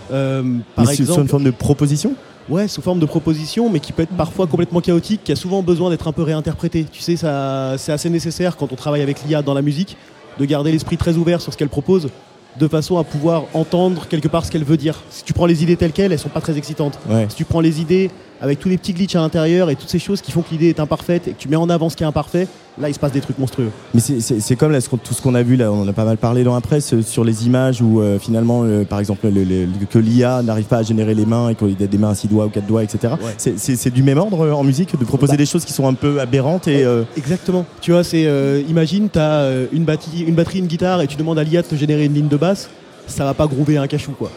Par exemple, sous une forme de proposition? Ouais, sous forme de proposition, mais qui peut être parfois complètement chaotique, qui a souvent besoin d'être un peu réinterprété. Tu sais, c'est assez nécessaire quand on travaille avec l'IA dans la musique, de garder l'esprit très ouvert sur ce qu'elle propose, de façon à pouvoir entendre quelque part ce qu'elle veut dire. Si tu prends les idées telles quelles, elles sont pas très excitantes. Ouais. Si tu prends les idées avec tous les petits glitches à l'intérieur et toutes ces choses qui font que l'idée est imparfaite et que tu mets en avant ce qui est imparfait, là il se passe des trucs monstrueux. Mais c'est comme là, tout ce qu'on a vu là, on en a pas mal parlé dans la presse sur les images où finalement par exemple que l'IA n'arrive pas à générer les mains et qu'il y a des mains à 6 doigts ou 4 doigts, etc. Ouais. C'est du même ordre en musique de proposer des choses qui sont un peu aberrantes et Exactement. Tu vois, imagine t'as une batterie, une guitare et tu demandes à l'IA de te générer une ligne de basse. Ça va pas groover un cachou quoi.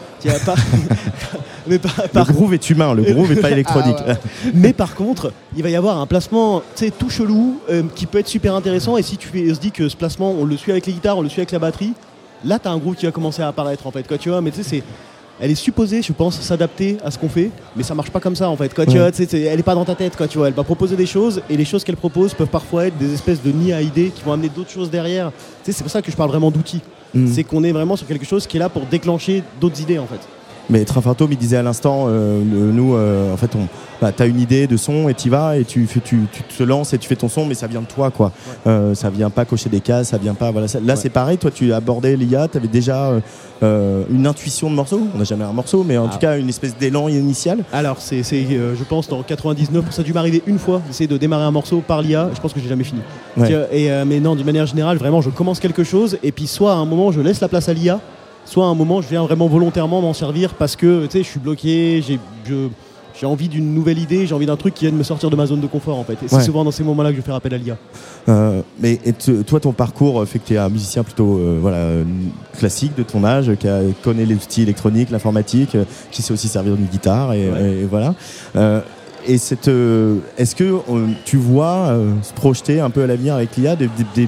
Le groove est humain, le groove est pas électronique. Ah, ouais. Mais par contre, il va y avoir un placement tout chelou qui peut être super intéressant, et si tu se dis que ce placement on le suit avec les guitares, on le suit avec la batterie, là t'as un groove qui va commencer à apparaître en fait quoi, tu vois. Mais tu sais elle est supposée, je pense, s'adapter à ce qu'on fait, mais ça marche pas comme ça en fait. Quoi, tu vois, elle est pas dans ta tête, quoi, tu vois. Elle va proposer des choses et les choses qu'elle propose peuvent parfois être des espèces de nids à idées qui vont amener d'autres choses derrière. C'est pour ça que je parle vraiment d'outils. C'est qu'on est vraiment sur quelque chose qui est là pour déclencher d'autres idées en fait. Mais Train Fantôme, il disait à l'instant, nous, en fait, t'as une idée de son et t'y vas et tu te lances et tu fais ton son, mais ça vient de toi, quoi. Ça vient pas cocher des cases, ça vient pas. Voilà. Là, c'est pareil. Toi, tu abordais l'IA, t'avais déjà une intuition de morceau. On n'a jamais un morceau, mais en tout cas, une espèce d'élan initial. Alors, je pense, dans 99%, ça a dû m'arriver une fois d'essayer de démarrer un morceau par l'IA. Je pense que j'ai jamais fini. Mais non, d'une manière générale, vraiment, je commence quelque chose et puis soit à un moment, je laisse la place à l'IA. Soit à un moment, je viens vraiment volontairement m'en servir parce que je suis bloqué, j'ai envie d'une nouvelle idée, j'ai envie d'un truc qui vienne me sortir de ma zone de confort en fait. Et c'est souvent dans ces moments-là que je fais appel à l'IA. Mais toi, ton parcours fait que tu es un musicien plutôt classique de ton âge, qui connaît les outils électroniques, l'informatique, qui sait aussi servir d'une guitare et voilà. Et est-ce que tu vois se projeter un peu à l'avenir avec l'IA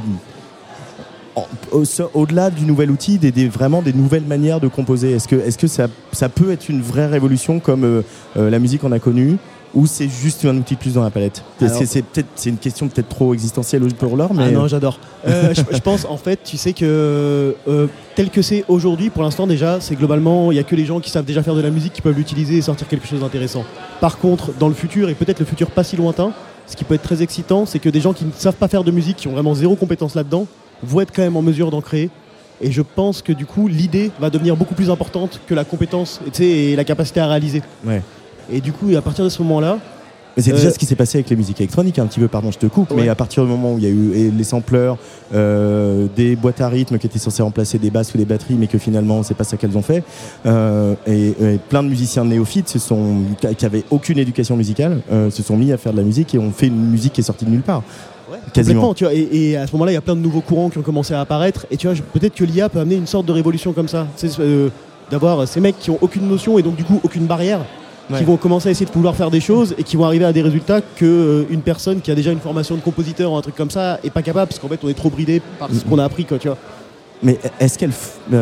au-delà du nouvel outil, vraiment des nouvelles manières de composer? Est-ce que ça peut être une vraie révolution comme la musique qu'on a connue, ou c'est juste un outil de plus dans la palette? C'est une question peut-être trop existentielle pour l'heure, mais... Ah non, j'adore. Je pense, en fait, tu sais que tel que c'est aujourd'hui, pour l'instant déjà, c'est globalement, il n'y a que les gens qui savent déjà faire de la musique qui peuvent l'utiliser et sortir quelque chose d'intéressant. Par contre, dans le futur, et peut-être le futur pas si lointain, ce qui peut être très excitant, c'est que des gens qui ne savent pas faire de musique, qui ont vraiment zéro compétence là-dedans, vont être quand même en mesure d'en créer. Et je pense que du coup, l'idée va devenir beaucoup plus importante que la compétence et la capacité à réaliser. Et du coup, à partir de ce moment-là... Mais c'est déjà ce qui s'est passé avec les musiques électroniques, un petit peu, pardon, je te coupe, mais à partir du moment où il y a eu les sampleurs, des boîtes à rythme qui étaient censées remplacer des basses ou des batteries, mais que finalement, c'est pas ça qu'elles ont fait, et plein de musiciens néophytes qui avaient aucune éducation musicale, se sont mis à faire de la musique et ont fait une musique qui est sortie de nulle part. Complètement, tu vois, et à ce moment-là, il y a plein de nouveaux courants qui ont commencé à apparaître. Et tu vois, peut-être que l'IA peut amener une sorte de révolution comme ça. D'avoir ces mecs qui ont aucune notion et donc du coup aucune barrière, qui vont commencer à essayer de pouvoir faire des choses et qui vont arriver à des résultats qu'une personne qui a déjà une formation de compositeur ou un truc comme ça est pas capable, parce qu'en fait on est trop bridé par ce qu'on a appris, quoi, tu vois. Mais est-ce qu'elle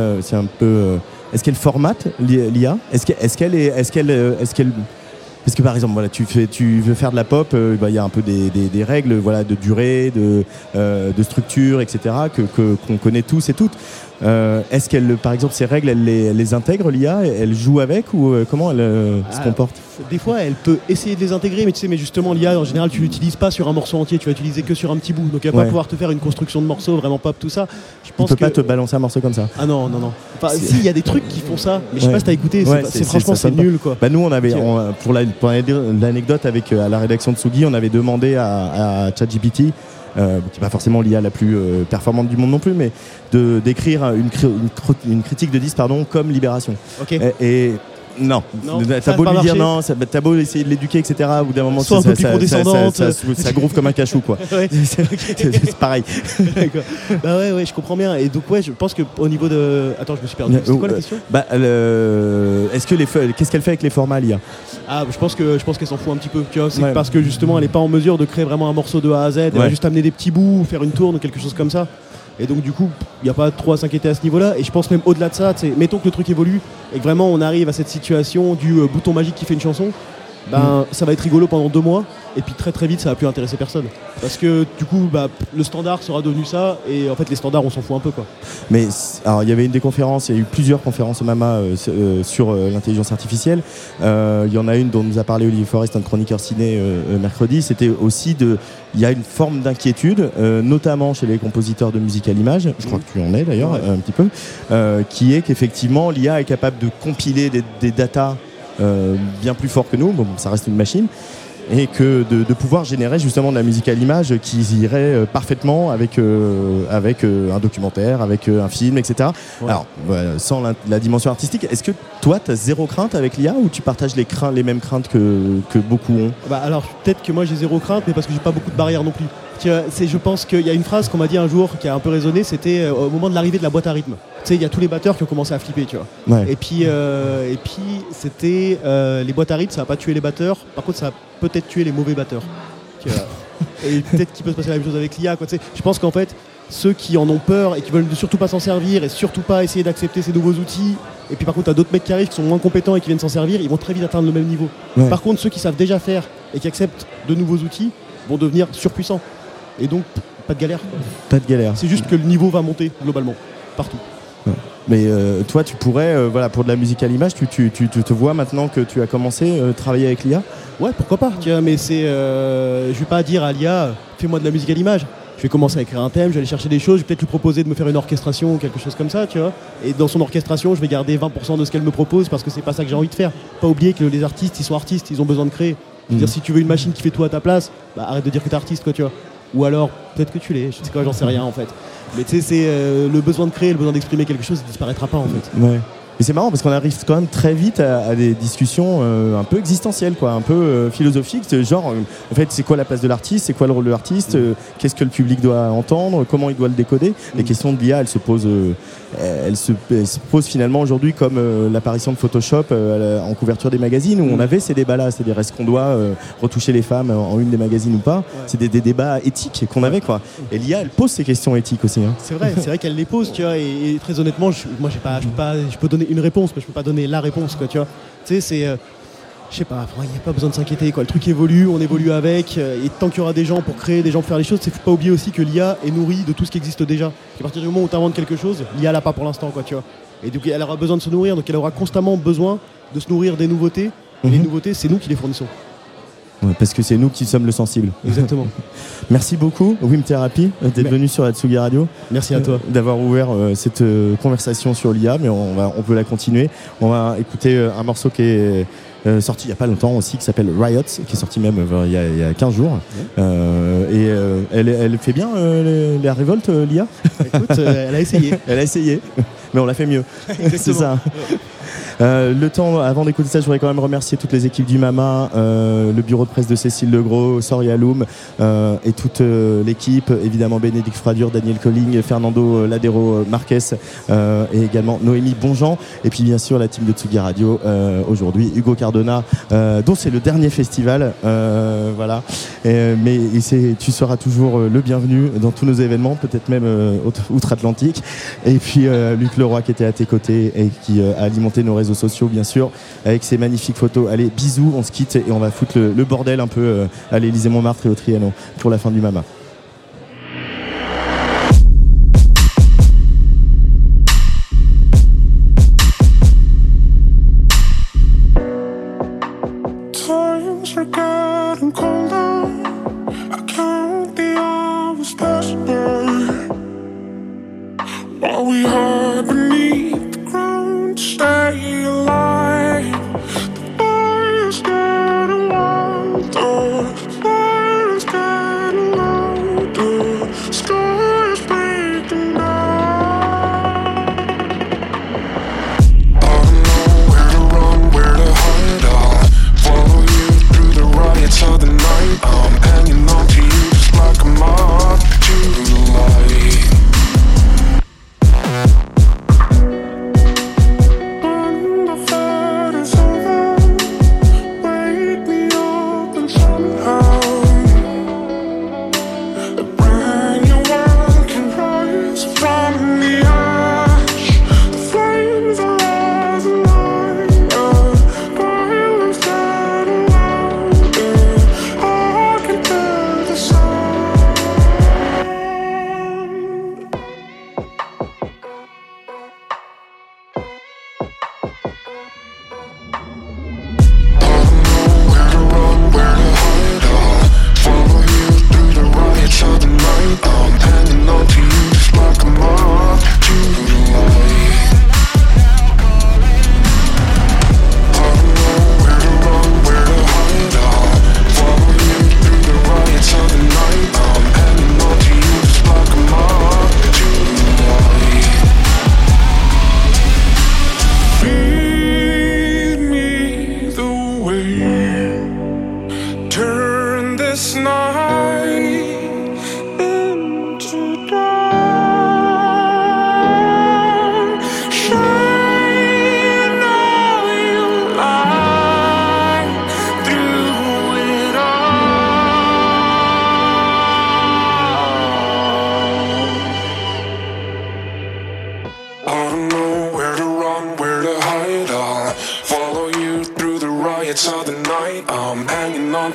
est-ce qu'elle formate l'IA? Est-ce qu'elle parce que par exemple, voilà, tu veux faire de la pop, y a un peu des règles, voilà, de durée, de structure, etc., qu'on connaît tous et toutes. Est-ce qu'elle, par exemple, ces règles, elle les intègre, l'IA? Elle joue avec, ou comment elle se comporte? Des fois, elle peut essayer de les intégrer, mais tu sais, mais justement, l'IA, en général, tu l'utilises pas sur un morceau entier, tu vas l'utiliser que sur un petit bout. Donc, elle va pas pouvoir te faire une construction de morceaux, vraiment pop, tout ça. Je pense pas te balancer un morceau comme ça. Ah non. Enfin, si, il y a des trucs qui font ça, mais je sais pas si t'as écouté, franchement, c'est nul, quoi. Nous, on avait, pour l'anecdote, à la rédaction de Tsugi, on avait demandé à ChatGPT, qui n'est pas forcément l'IA la plus performante du monde non plus, mais d'écrire une critique de disque, comme Libération. Et non, t'as beau lui dire non, t'as beau essayer de l'éduquer, etc. Au bout d'un moment, ça groove comme un cachou, quoi. C'est pareil. Bah ouais, je comprends bien. Et donc je pense qu'au niveau de... Attends, je me suis perdu. C'est quoi la question? Qu'est-ce qu'elle fait avec les formats, l'IA? Je pense qu'elle s'en fout un petit peu. Tu vois, c'est parce que justement, elle n'est pas en mesure de créer vraiment un morceau de A à Z. Elle va juste amener des petits bouts, faire une tourne ou quelque chose comme ça. Et donc du coup, il n'y a pas trop à s'inquiéter à ce niveau-là. Et je pense même au-delà de ça, mettons que le truc évolue et que vraiment on arrive à cette situation du bouton magique qui fait une chanson, ça va être rigolo pendant 2 mois. Et puis très très vite, ça va plus intéresser personne. Parce que du coup, le standard sera devenu ça. Et en fait, les standards, on s'en fout un peu, quoi. Mais alors, il y avait il y a eu plusieurs conférences au MAMA sur l'intelligence artificielle. Il y en a une dont nous a parlé Olivier Forest, un chroniqueur ciné, mercredi. C'était aussi il y a une forme d'inquiétude, notamment chez les compositeurs de musique à l'image. Je crois que tu en es d'ailleurs un petit peu, qui est qu'effectivement l'IA est capable de compiler des datas bien plus fort que nous. Bon, ça reste une machine. Et que de pouvoir générer justement de la musique à l'image qui irait parfaitement avec un documentaire, avec un film, etc. Alors, sans la dimension artistique, est-ce que toi, tu as zéro crainte avec l'IA, ou tu partages les mêmes craintes que beaucoup ont? Alors, peut-être que moi j'ai zéro crainte, mais parce que j'ai pas beaucoup de barrières non plus. Je pense qu'il y a une phrase qu'on m'a dit un jour qui a un peu résonné, c'était au moment de l'arrivée de la boîte à rythme. Tu sais, il y a tous les batteurs qui ont commencé à flipper, tu vois. Et puis c'était les boîtes à rythme, ça va pas tuer les batteurs, par contre ça va peut-être tuer les mauvais batteurs. Et peut-être qu'il peut se passer la même chose avec l'IA, quoi. Tu sais, je pense qu'en fait, ceux qui en ont peur et qui veulent surtout pas s'en servir et surtout pas essayer d'accepter ces nouveaux outils, Et puis par contre, t'as d'autres mecs qui arrivent qui sont moins compétents et qui viennent s'en servir, ils vont très vite atteindre le même niveau. Ouais. Par contre, ceux qui savent déjà faire et qui acceptent de nouveaux outils vont devenir surpuissants. Et donc, pas de galère. Pas de galère. C'est juste que le niveau va monter globalement, partout. Ouais. Mais toi, tu pourrais, voilà, pour de la musique à l'image, tu te vois maintenant que tu as commencé à travailler avec l'IA ? Ouais, pourquoi pas. Tu vois, mais c'est, je vais pas dire à l'IA, fais-moi de la musique à l'image. Je vais commencer à écrire un thème, je vais aller chercher des choses, je vais peut-être lui proposer de me faire une orchestration ou quelque chose comme ça, tu vois. Et dans son orchestration, je vais garder 20% de ce qu'elle me propose parce que c'est pas ça que j'ai envie de faire. Pas oublier que les artistes, ils sont artistes, ils ont besoin de créer. Je veux dire, si tu veux une machine qui fait tout à ta place, bah arrête de dire que t'es artiste, quoi, tu vois. Ou alors, peut-être que tu l'es, je sais quoi, j'en sais rien en fait. Mais tu sais, c'est le besoin de créer, le besoin d'exprimer quelque chose, il disparaîtra pas en fait. Ouais. Et c'est marrant parce qu'on arrive quand même très vite à des discussions un peu existentielles, quoi, un peu philosophiques, genre en fait c'est quoi la place de l'artiste, c'est quoi le rôle de l'artiste, qu'est-ce que le public doit entendre, comment il doit le décoder. Les questions de l'IA, elles se posent finalement aujourd'hui comme l'apparition de Photoshop en couverture des magazines où on avait ces débats-là, c'est-à-dire est-ce qu'on doit retoucher les femmes en une des magazines ou pas. C'est des débats éthiques qu'on avait, quoi. Et l'IA, elle pose ces questions éthiques aussi. Hein. C'est vrai qu'elle les pose, tu vois. Et très honnêtement, je peux donner une réponse, mais je peux pas donner la réponse, quoi, tu vois. Tu sais, c'est, je sais pas, il n'y a pas besoin de s'inquiéter, quoi. Le truc évolue, on évolue avec, et tant qu'il y aura des gens pour créer, des gens pour faire les choses, il faut pas oublier aussi que l'IA est nourrie de tout ce qui existe déjà. À partir du moment où tu inventes quelque chose, l'IA l'a pas pour l'instant, quoi, tu vois. Et donc elle aura besoin de se nourrir, donc elle aura constamment besoin de se nourrir des nouveautés. Et les nouveautés, c'est nous qui les fournissons. Ouais, parce que c'est nous qui sommes le sensible. Exactement. Merci beaucoup, Wim Therapy, d'être venu sur la Tsugi Radio. Merci à toi. D'avoir ouvert cette conversation sur l'IA, mais on peut la continuer. On va écouter un morceau qui est sorti il n'y a pas longtemps aussi, qui s'appelle Riot, qui est sorti même il y a 15 jours. Et elle fait bien la révolte, l'IA. Écoute, elle a essayé. Elle a essayé, mais on l'a fait mieux. C'est ça. Le temps, avant d'écouter ça, je voudrais quand même remercier toutes les équipes du MAMA, le bureau de presse de Cécile Legros, Soria Loum et toute l'équipe, évidemment Bénédicte Fradure, Daniel Colling, Fernando Ladero Marquez et également Noémie Bonjean, et puis bien sûr la team de Tsugi Radio aujourd'hui, Hugo Cardona, dont c'est le dernier festival, voilà. Mais tu seras toujours le bienvenu dans tous nos événements, peut-être même outre-Atlantique. Et puis Luc Leroy qui était à tes côtés et qui a alimenté nos réseaux sociaux, bien sûr, avec ses magnifiques photos. Allez, bisous, on se quitte et on va foutre le bordel un peu à l'Élysée-Montmartre et au Trianon pour la fin du MAMA. Times are getting colder. I count the hours pass by while we hide beneath the ground to stay alive. The fire's getting wilder, the fire's getting louder, sky's breaking down. I don't know where to run, where to hide. I'll follow you through the riots of the night. I'm hanging on to you just like a moth to the light.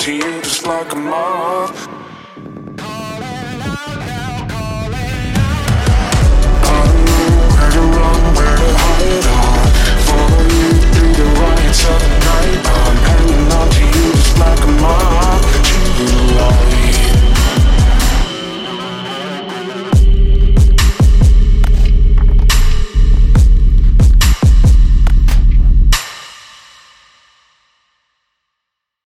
to you just like a